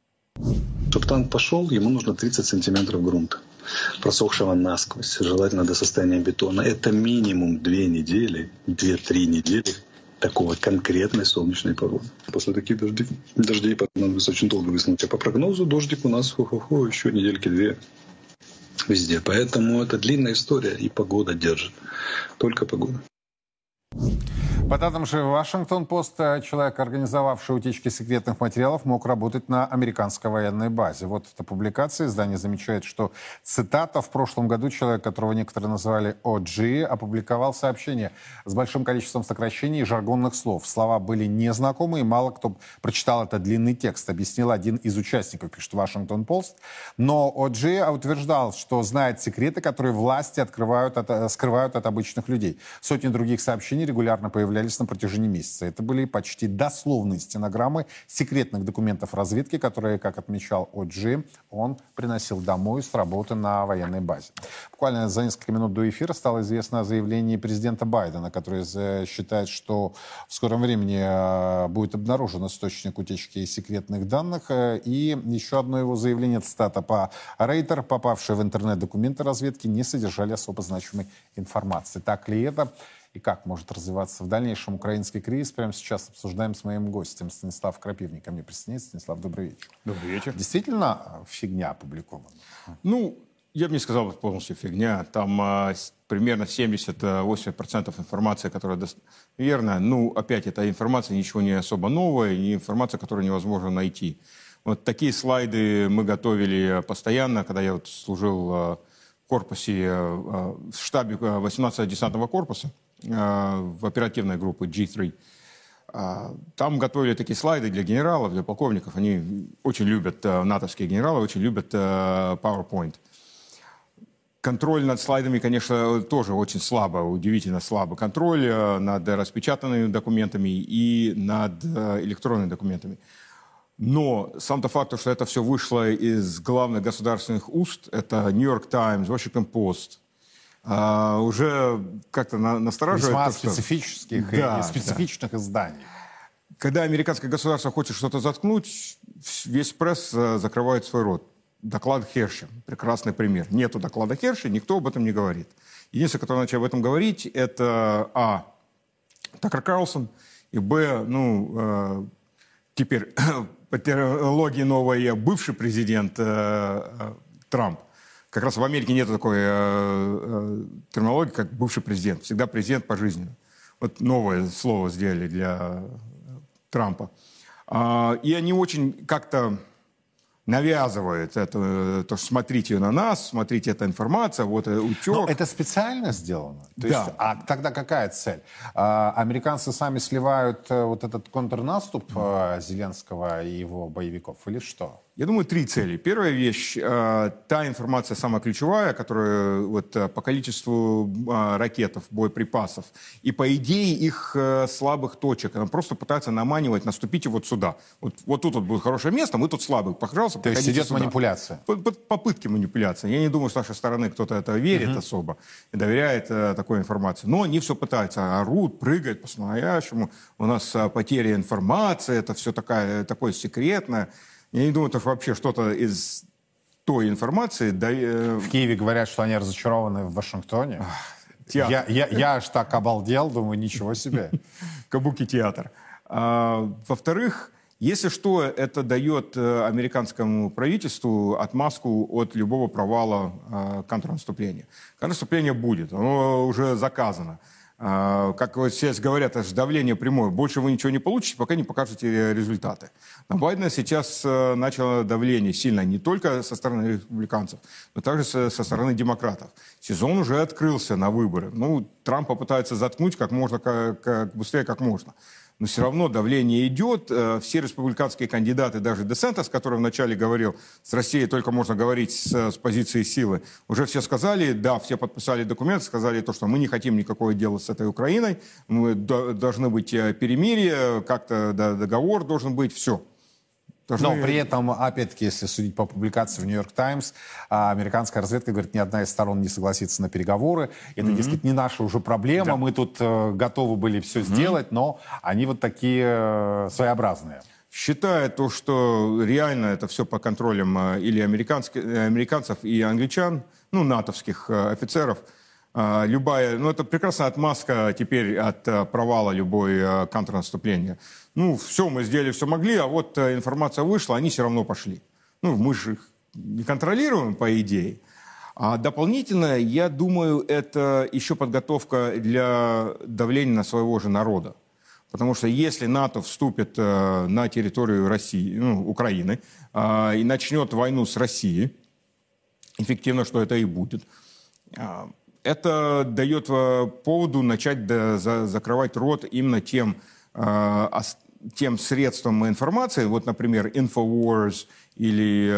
Чтобы танк пошел, ему нужно 30 сантиметров грунта, просохшего насквозь, желательно до состояния бетона. Это минимум 2 недели, 2-3 недели такого конкретной солнечной погоды. После таких дождей понадобится очень долго высунуть. А по прогнозу дождик у нас еще недельки-2 везде. Поэтому это длинная история, и погода держит. Только погода. По данным же Вашингтон-Пост, человек, организовавший утечки секретных материалов, мог работать на американской военной базе. Вот эта публикация. Издание замечает, что, цитата, в прошлом году человек, которого некоторые называли OG, опубликовал сообщение с большим количеством сокращений и жаргонных слов. Слова были незнакомы, и мало кто прочитал этот длинный текст, объяснил один из участников, пишет Вашингтон-Пост. Но OG утверждал, что знает секреты, которые власти скрывают от обычных людей. Сотни других сообщений регулярно появлялись на протяжении месяца. Это были почти дословные стенограммы секретных документов разведки, которые, как отмечал OG, он приносил домой с работы на военной базе. Буквально за несколько минут до эфира стало известно о заявлении президента Байдена, который считает, что в скором времени будет обнаружен источник утечки секретных данных. И еще одно его заявление, цитата, по Рейтер, попавшие в интернет-документы разведки, не содержали особо значимой информации. Так ли это? И как может развиваться в дальнейшем украинский кризис, прямо сейчас обсуждаем с моим гостем. Станислав Крапивник ко мне присоединяется. Станислав, добрый вечер. Добрый вечер. Действительно фигня опубликована? Я бы не сказал полностью фигня. Там примерно 70-80% информации, которая достоверна. Опять, эта информация ничего не особо новая, не информация, которую невозможно найти. Вот такие слайды мы готовили постоянно, когда я служил в корпусе, в штабе 18-го десантного корпуса, в оперативной группе G3. Там готовили такие слайды для генералов, для полковников. Они очень любят, натовские генералы, очень любят PowerPoint. Контроль над слайдами, конечно, тоже очень слабо, удивительно слабо. Контроль над распечатанными документами и над электронными документами. Но сам-то факт, что это все вышло из главных государственных уст, это Нью-Йорк Таймс, Вашингтон Пост, уже как-то настораживает. Весьма специфических и специфичных изданий. Когда американское государство хочет что-то заткнуть, весь пресс закрывает свой рот. доклад Херши. Прекрасный пример. Нету доклада Херши, никто об этом не говорит. Единственное, кто начал об этом говорить, это Такер Карлсон, и теперь по терминологии новой бывший президент Трамп. Как раз в Америке нет такой терминологии, как бывший президент. Всегда президент пожизненно. Вот новое слово сделали для Трампа. И они очень как-то навязывают это, то, что смотрите на нас, смотрите, эта информация, вот утек. Но это специально сделано? То да. есть, а тогда какая цель? Американцы сами сливают вот этот контрнаступ Зеленского и его боевиков или что? Я думаю, 3 цели. Первая вещь, та информация самая ключевая, которая вот, по количеству ракетов, боеприпасов и по идее их слабых точек. Она просто пытается наманивать, наступите вот сюда. Вот тут вот будет хорошее место, мы тут слабые. Пожалуйста, то есть идет сюда. Манипуляция? Попытки манипуляции. Я не думаю, с нашей стороны кто-то это верит особо и доверяет такой информации. Но они все пытаются, орут, прыгают по-настоящему. У нас потеря информации, это все такое секретное. Я не думаю, что вообще что-то из той информации... В Киеве говорят, что они разочарованы в Вашингтоне. Я аж так обалдел, думаю, ничего себе. Кабуки-театр. Во-вторых, если что, это дает американскому правительству отмазку от любого провала контрнаступления. Контрнаступление будет, оно уже заказано. Как вот сейчас говорят, это же давление прямое. Больше вы ничего не получите, пока не покажете результаты. На Байдена сейчас начало давление сильно не только со стороны республиканцев, но также со стороны демократов. Сезон уже открылся на выборы. Трамп попытается заткнуть как можно, как быстрее, как можно. Но все равно давление идет. Все республиканские кандидаты, даже Десантес, который вначале говорил, с Россией только можно говорить с позиции силы, уже все сказали, да, все подписали документ, сказали то, что мы не хотим никакого дела с этой Украиной, мы должны быть перемирие, как-то договор должен быть, все. Но при этом, опять-таки, если судить по публикации в «Нью-Йорк Таймс», американская разведка говорит, ни одна из сторон не согласится на переговоры. Это, дескать, не наша уже проблема. Да. Мы тут готовы были все сделать, но они вот такие своеобразные. Считая то, что реально это все по контролям или американцев и англичан, натовских офицеров, любая, это прекрасная отмазка теперь от провала любой контрнаступления. Все, мы сделали, все могли, а вот информация вышла, они все равно пошли. Мы же их не контролируем, по идее. А дополнительно, я думаю, это еще подготовка для давления на своего же народа. Потому что если НАТО вступит на территорию России, Украины и начнет войну с Россией, эффективно, что это и будет, это дает поводу начать закрывать рот именно тем средством информации, вот, например, Infowars или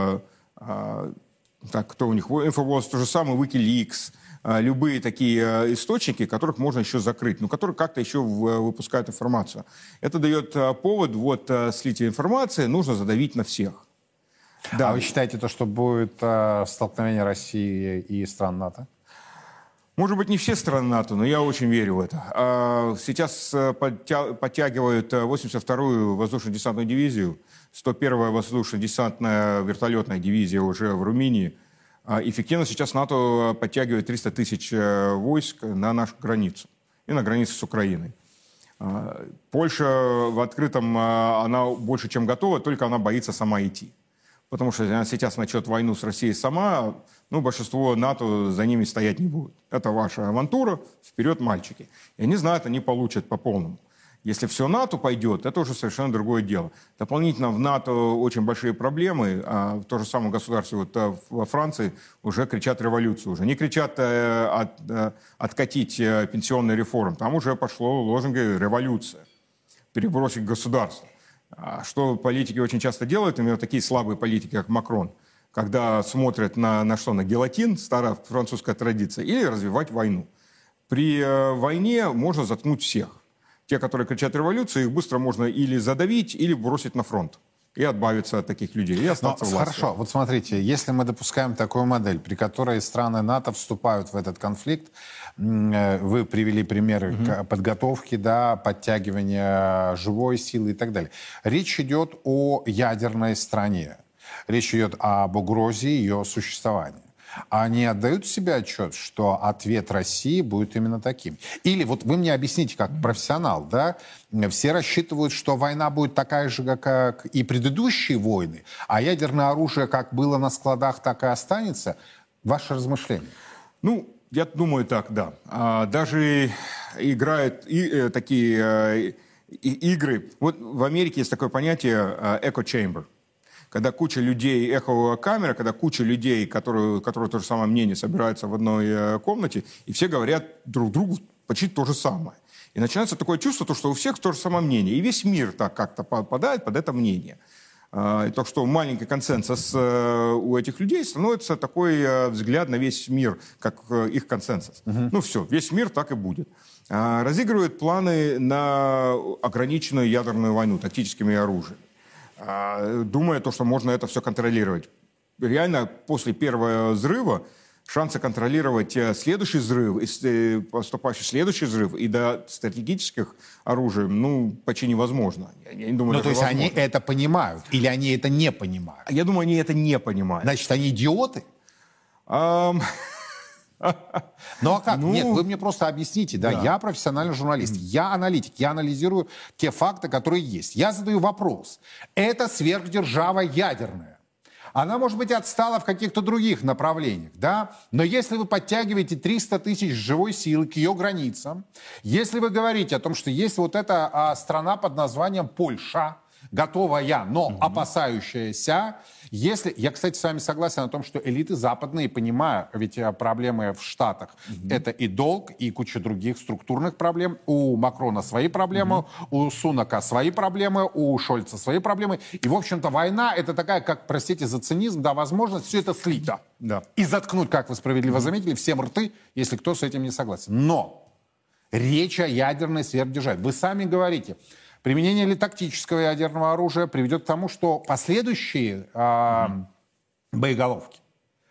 кто у них, Infowars то же самое, WikiLeaks, любые такие источники, которых можно еще закрыть, но которые как-то еще выпускают информацию. Это дает повод, слития информации нужно задавить на всех. Да. А вы считаете, что будет столкновение России и стран НАТО? Может быть, не все страны НАТО, но я очень верю в это. Сейчас подтягивают 82-ю воздушно-десантную дивизию, 101-я воздушно-десантная вертолетная дивизия уже в Румынии. Эффективно сейчас НАТО подтягивает 300 тысяч войск на нашу границу и на границе с Украиной. Польша в открытом, она больше чем готова, только она боится сама идти. Потому что она сейчас начнет войну с Россией сама, большинство НАТО за ними стоять не будет. Это ваша авантура, вперед, мальчики. И они знают, они получат по полному. Если все НАТО пойдет, это уже совершенно другое дело. Дополнительно в НАТО очень большие проблемы. В то же самое государстве, во Франции, уже кричат революцию. Уже не кричат откатить пенсионный реформ. Там уже пошло лозунги «революция», перебросить государство. Что политики очень часто делают, именно такие слабые политики, как Макрон, когда смотрят на гильотин, старая французская традиция, или развивать войну. При войне можно заткнуть всех. Те, которые кричат революцию, их быстро можно или задавить, или бросить на фронт. И отбавиться от таких людей, и остаться властью. Хорошо, вот смотрите, если мы допускаем такую модель, при которой страны НАТО вступают в этот конфликт, вы привели примеры подготовки, подтягивания живой силы и так далее. Речь идет о ядерной стране. речь идет об угрозе ее существования. Они отдают себе отчет, что ответ России будет именно таким? Или вот вы мне объясните, как профессионал, да, все рассчитывают, что война будет такая же, как и предыдущие войны, а ядерное оружие как было на складах, так и останется. Ваше размышление? Ну, я думаю так, да. Даже играют такие игры. Вот в Америке есть такое понятие echo chamber. Когда куча людей, эховая камера, когда куча людей, которые то же самое мнение, собираются в одной комнате, и все говорят друг другу почти то же самое. И начинается такое чувство, что у всех то же самое мнение. И весь мир так как-то попадает под это мнение. И так что маленький консенсус у этих людей становится такой взгляд на весь мир, как их консенсус. Ну все, весь мир так и будет. Разыгрывают планы на ограниченную ядерную войну тактическими оружиями, думая, что можно это все контролировать. Реально, после первого взрыва шансы контролировать следующий взрыв, поступающий следующий взрыв и до стратегических оружий, ну, почти невозможно. Я не думаю, то есть возможно. Они это понимают или они это не понимают? Я думаю, они это не понимают. Значит, они идиоты? Ну а как? Нет, вы мне просто объясните, да, я профессиональный журналист, я аналитик, я анализирую те факты, которые есть. Я задаю вопрос. Это сверхдержава ядерная. Она, может быть, отстала в каких-то других направлениях, да, но если вы подтягиваете 300 тысяч живой силы к ее границам, если вы говорите о том, что есть вот эта страна под названием Польша, готовая, но опасающаяся. Если... Я, кстати, с вами согласен о том, что элиты западные, понимая, ведь проблемы в Штатах, это и долг, и куча других структурных проблем. У Макрона свои проблемы, у Сунака свои проблемы, у Шольца свои проблемы. И, в общем-то, война — это такая, как, простите за цинизм, да, возможность все это слить. Да. И заткнуть, как вы справедливо заметили, всем рты, если кто с этим не согласен. Но речь о ядерной сверхдержаве. Вы сами говорите... Применение ли тактического ядерного оружия приведет к тому, что последующие боеголовки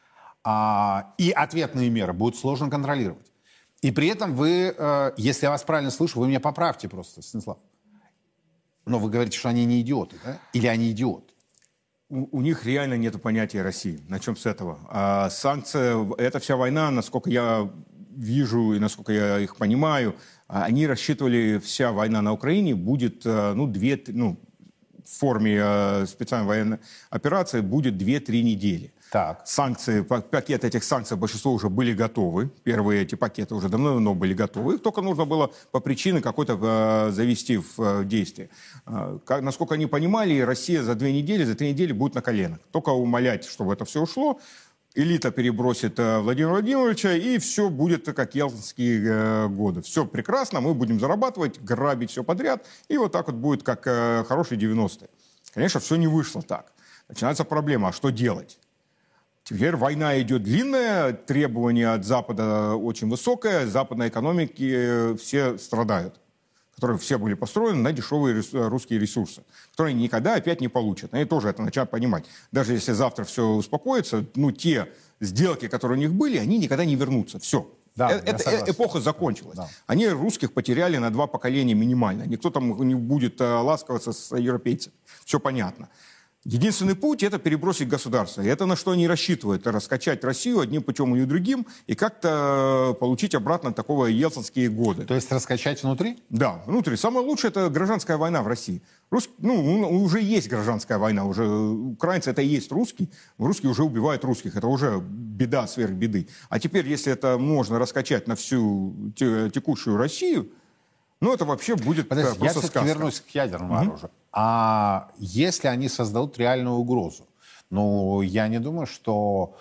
и ответные меры будут сложно контролировать. И при этом вы, если я вас правильно слышу, вы меня поправьте просто, Станислав. Но вы говорите, что они не идиоты, да? Или они идиоты? У них реально нет понятия России. Начнем с этого. Санкции, эта вся война, насколько я вижу и насколько я их понимаю, они рассчитывали, вся война на Украине будет, в форме специальной военной операции будет 2-3 недели. Так. Санкции, пакет этих санкций, большинство уже были готовы. Первые эти пакеты уже давно были готовы. Их только нужно было по причине какой-то завести в действие. Насколько они понимали, Россия за 3 недели будет на коленах. Только умолять, чтобы это все ушло. Элита перебросит Владимира Владимировича, и все будет как ялтинские годы. Все прекрасно, мы будем зарабатывать, грабить все подряд, и вот так вот будет, как хорошие 90-е. Конечно, все не вышло так. Начинается проблема, а что делать? Теперь война идет длинная, требования от Запада очень высокое, западной экономики все страдают, которые все были построены на дешевые русские ресурсы, которые они никогда опять не получат. Они тоже это начинают понимать. Даже если завтра все успокоится, те сделки, которые у них были, они никогда не вернутся. Все. Да, эта эпоха закончилась. Да. Они русских потеряли на 2 поколения минимально. Никто там не будет ласковаться с европейцами. Все понятно. Единственный путь – это перебросить государство. И это на что они рассчитывают. Раскачать Россию одним путем или другим и как-то получить обратно такого ельцинские годы. То есть раскачать внутри? Да, внутри. Самое лучшее – это гражданская война в России. Уже есть гражданская война. Уже украинцы – это и есть русские. Русские уже убивают русских. Это уже беда сверх беды. А теперь, если это можно раскачать на всю текущую Россию, это вообще будет просто сказка. Я все-таки вернусь к ядерному оружию. А если они создадут реальную угрозу? Я не думаю, что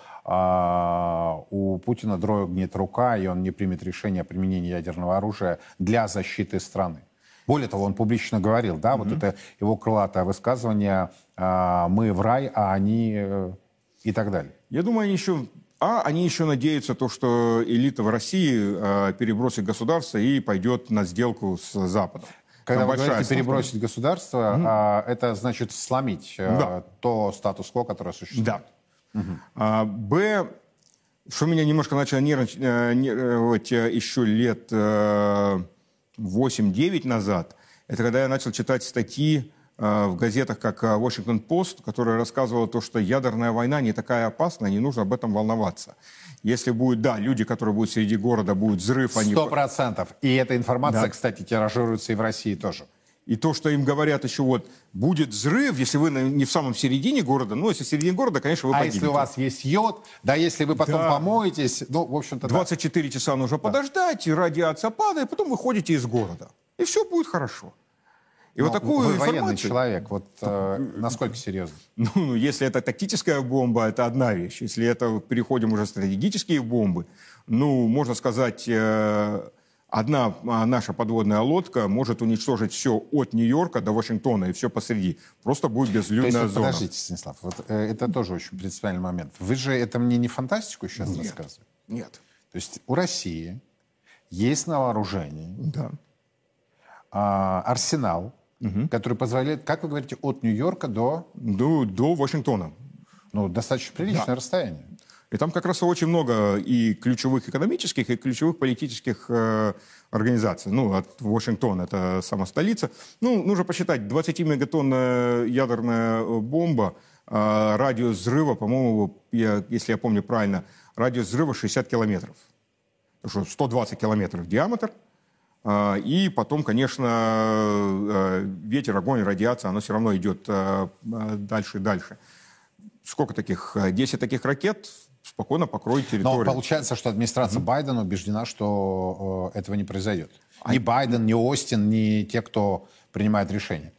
у Путина дрогнет рука, и он не примет решение о применении ядерного оружия для защиты страны. Более того, он публично говорил, да, вот это его крылатое высказывание «мы в рай, а они...» и так далее. Я думаю, они еще надеются, что элита в России перебросит государство и пойдет на сделку с Западом. Когда вы говорите перебросить государство, это значит сломить то статус-кво, которое существует. Да. Что меня немножко начало нервировать еще лет 8-9 назад, это когда я начал читать статьи в газетах, как «Вашингтон-Пост», которая рассказывала то, что ядерная война не такая опасная, не нужно об этом волноваться. Если будет, да, люди, которые будут среди города, будет взрыв, они... 100%. И эта информация, да. кстати, тиражируется и в России тоже. И то, что им говорят еще, вот, будет взрыв, если вы не в самом середине города, ну, если в середине города, конечно, вы погибнете. Если у вас есть йод, да, если вы потом помоетесь, ну, в общем-то, 24 часа нужно подождать, радиация падает, потом вы ходите из города. И все будет хорошо. И вот такую вы информацию... военный человек, вот насколько серьезно? Ну, если это тактическая бомба, это одна вещь. Если это переходим уже в стратегические бомбы, ну, можно сказать, одна наша подводная лодка может уничтожить все от Нью-Йорка до Вашингтона и все посреди. Просто будет безлюдная зона. Подождите, Станислав, вот, это тоже очень принципиальный момент. Вы же это мне не фантастику сейчас рассказываете? Нет. То есть у России есть на вооружении арсенал, который позволяет, как вы говорите, от Нью-Йорка до Вашингтона. Ну, достаточно приличное расстояние. И там как раз очень много и ключевых экономических, и ключевых политических организаций. Ну, от Вашингтона, это сама столица. Ну, нужно посчитать, 20-мегатонная ядерная бомба, радиус взрыва, по-моему, если я помню правильно, радиус взрыва 60 километров. 120 километров диаметр. И потом, конечно, ветер, огонь, радиация, оно все равно идет дальше и дальше. Сколько таких? 10 таких ракет спокойно покроет территорию. Но получается, что администрация Байдена убеждена, что этого не произойдет. Ни Байден, ни Остин, ни те, кто принимает решения.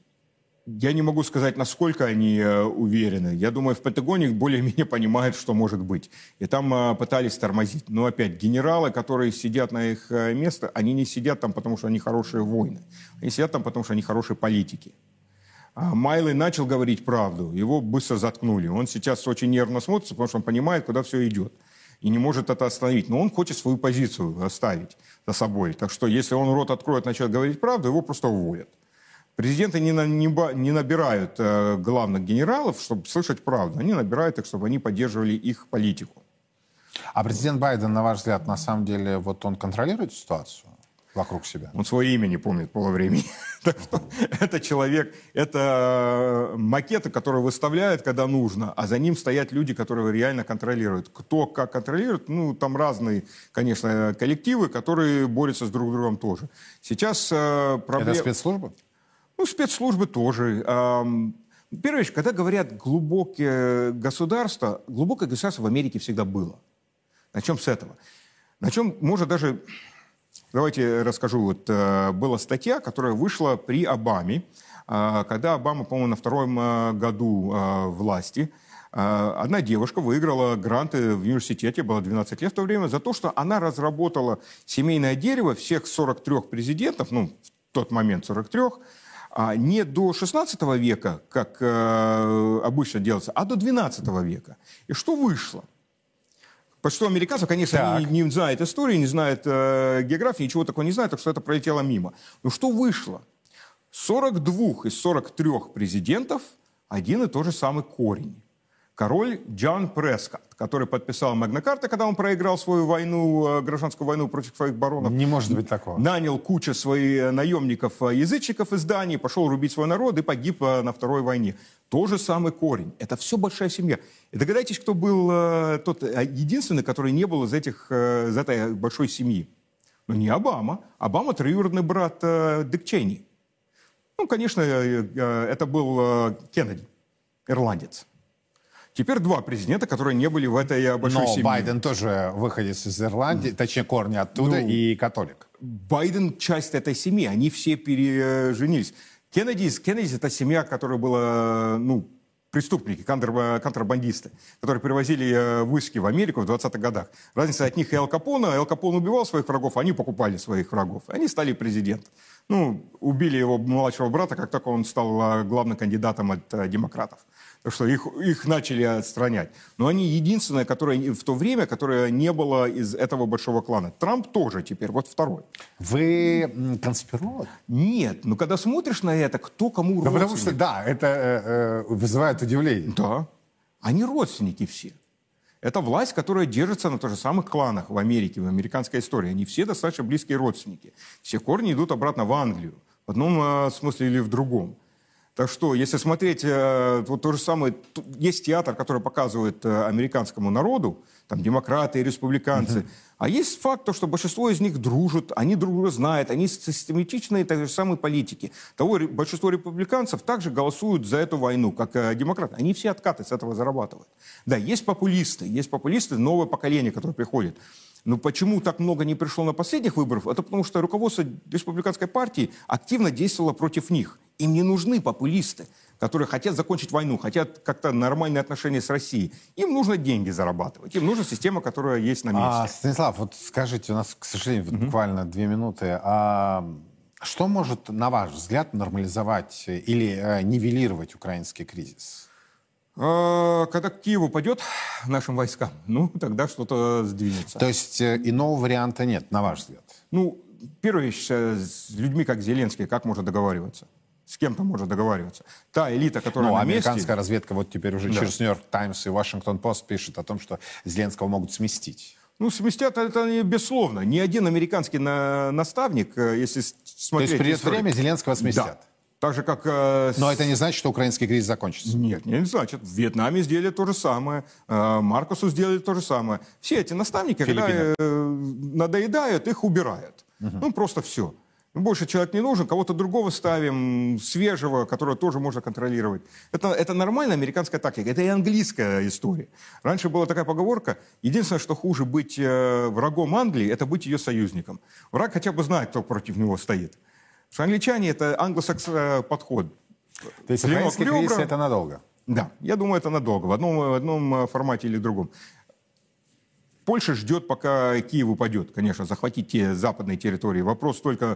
Я не могу сказать, насколько они уверены. Я думаю, в Пентагоне более-менее понимают, что может быть. И там пытались тормозить. Но опять, генералы, которые сидят на их место, они не сидят там, потому что они хорошие воины. Они сидят там, потому что они хорошие политики. Майлой начал говорить правду, его быстро заткнули. Он сейчас очень нервно смотрится, потому что он понимает, куда все идет. И не может это остановить. Но он хочет свою позицию оставить за собой. Так что, если он рот откроет, начнет говорить правду, его просто уволят. Президенты не набирают главных генералов, чтобы слышать правду. Они набирают их, чтобы они поддерживали их политику. А президент Байден, на ваш взгляд, на самом деле, вот он контролирует ситуацию вокруг себя? Он свое имя не помнит полвремени. Так что это человек, это макеты, которые выставляют, когда нужно, а за ним стоят люди, которые реально контролируют. Кто как контролирует, ну, там разные, конечно, коллективы, которые борются с друг другом тоже. Сейчас проблема... Это спецслужбы? Ну, спецслужбы тоже. Первая вещь, когда говорят глубокое государство в Америке всегда было. Начнем с этого. Начнем, может, даже... Давайте расскажу. Вот была статья, которая вышла при Обаме, когда Обама, по-моему, на втором году власти. Одна девушка выиграла гранты в университете, было 12 лет в то время, за то, что она разработала семейное дерево всех 43 президентов, ну, в тот момент 43, не до 16 века, как обычно делается, а до 12 века. И что вышло? Потому что американцы, конечно, не знают истории, не знают географии, ничего такого не знают, так что это пролетело мимо. Но что вышло? 42 из 43 президентов один и тот же самый корень. Король Джон Прескотт, который подписал Магна-Карту, когда он проиграл свою войну, гражданскую войну против своих баронов. Не может быть такого. Нанял кучу своих наемников-язычников из Дании, пошел рубить свой народ и погиб на Второй войне. Тот же самый корень. Это все большая семья. И догадайтесь, кто был тот единственный, который не был из этой большой семьи. Ну, не Обама. Обама троюродный брат Дик Чейни. Ну, конечно, это был Кеннеди, ирландец. Теперь два президента, которые не были в этой большой семье. Но Байден тоже выходец из Ирландии, точнее, корни оттуда, и католик. Байден часть этой семьи, они все переженились. Кеннеди это семья, которая была, ну, преступники, контрабандисты, которые привозили виски в Америку в 20-х годах. Разница от них и Эл Капона. Эл Капон убивал своих врагов, они покупали своих врагов. Они стали президентом. Ну, убили его младшего брата, как только он стал главным кандидатом от демократов. Так что их начали отстранять. Но они единственные, которые в то время, которое не было из этого большого клана. Трамп тоже теперь, вот второй. Вы конспиролог? Нет, но когда смотришь на это, кто кому родственник. Потому что, да, это вызывает удивление. Да, они родственники все. Это власть, которая держится на тех же самых кланах в Америке, в американской истории. Они все достаточно близкие родственники. Все корни идут обратно в Англию. В одном смысле или в другом. Так что, если смотреть, вот то же самое, есть театр, который показывает американскому народу, там демократы и республиканцы, а есть факт, что большинство из них дружат, они друг друга знают, они систематичные так же самые политики. Большинство республиканцев также голосуют за эту войну, как демократы. Они все откаты с этого зарабатывают. Да, есть популисты, новое поколение, которое приходит. Но почему так много не пришло на последних выборах? Это потому что руководство республиканской партии активно действовало против них. Им не нужны популисты, которые хотят закончить войну, хотят как-то нормальные отношения с Россией. Им нужно деньги зарабатывать. Им нужна система, которая есть на месте. Станислав, вот скажите, у нас, к сожалению, буквально 2 минуты. Что может, на ваш взгляд, нормализовать или нивелировать украинский кризис? Когда к Киеву пойдет нашим войскам, тогда что-то сдвинется. То есть иного варианта нет, на ваш взгляд? Первая вещь, с людьми, как Зеленский, как можно договариваться? С кем-то можно договариваться. Та элита, которая на месте... Американская разведка вот теперь уже через Нью-Йорк Таймс и Вашингтон Пост пишет о том, что Зеленского могут сместить. Сместят это безусловно. Ни один американский наставник, если смотреть... То есть придет время, Зеленского сместят? Да. Так же, как... Но это не значит, что украинский кризис закончится? Нет, не значит. В Вьетнаме сделали то же самое. Маркосу сделали то же самое. Все эти наставники, когда надоедают, их убирают. Просто все. Больше человек не нужен, кого-то другого ставим, свежего, которого тоже можно контролировать. Это нормальная американская тактика. Это и английская история. Раньше была такая поговорка: единственное, что хуже быть врагом Англии, это быть ее союзником. Враг хотя бы знает, кто против него стоит. Потому что англичане — это англосаксонский подход. То есть украинский кризис — это надолго? Да, я думаю, это надолго. В одном формате или в другом. Польша ждет, пока Киев упадет, конечно, захватить те западные территории. Вопрос только,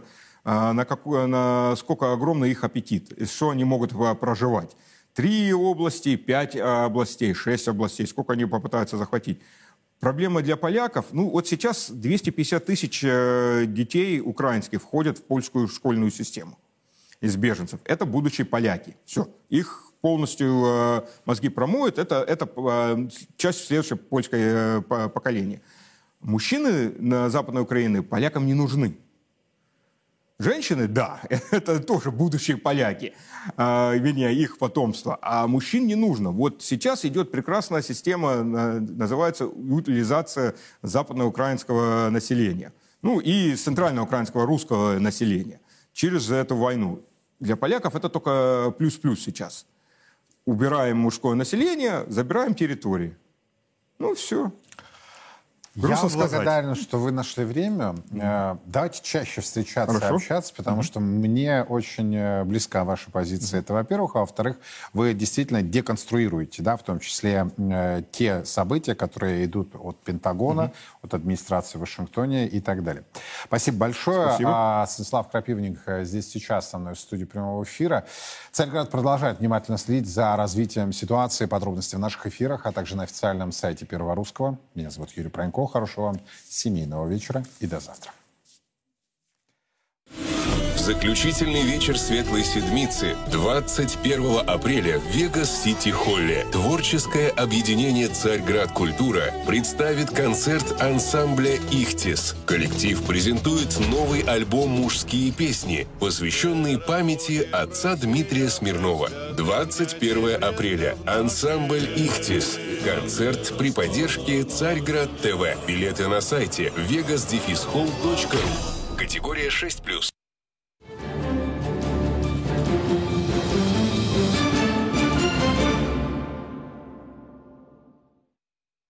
насколько огромный их аппетит, и что они могут проживать. 3 области, 5 областей, 6 областей, сколько они попытаются захватить. Проблема для поляков, вот сейчас 250 тысяч детей украинских входят в польскую школьную систему из беженцев. Это будущие поляки. Все, их полностью мозги промоют, это часть следующего польского поколения. Мужчины на Западной Украине полякам не нужны. Женщины, да, это тоже будущие поляки, вернее, их потомство. А мужчин не нужно. Вот сейчас идет прекрасная система, называется утилизация западноукраинского населения. И центральноукраинского русского населения через эту войну. Для поляков это только плюс-плюс сейчас. Убираем мужское население, забираем территории. Все. Я благодарен, что вы нашли время. Давайте чаще встречаться и общаться, потому что мне очень близка ваша позиция. Это, во-первых. А во-вторых, вы действительно деконструируете, в том числе те события, которые идут от Пентагона, от администрации в Вашингтоне и так далее. Спасибо большое. Спасибо. Станислав Крапивник здесь сейчас со мной в студии прямого эфира. Царьград продолжает внимательно следить за развитием ситуации. Подробности в наших эфирах, а также на официальном сайте Первого Русского. Меня зовут Юрий Пронько. Хорошего вам семейного вечера и до завтра. В заключительный вечер Светлой Седмицы 21 апреля в Вегас-Сити-Холле творческое объединение «Царьград Культура» представит концерт ансамбля «Ихтис». Коллектив презентует новый альбом «Мужские песни», посвященный памяти отца Дмитрия Смирнова. 21 апреля. Ансамбль «Ихтис». Концерт при поддержке Царьград ТВ. Билеты на сайте vegas-hall.ru. Категория 6+.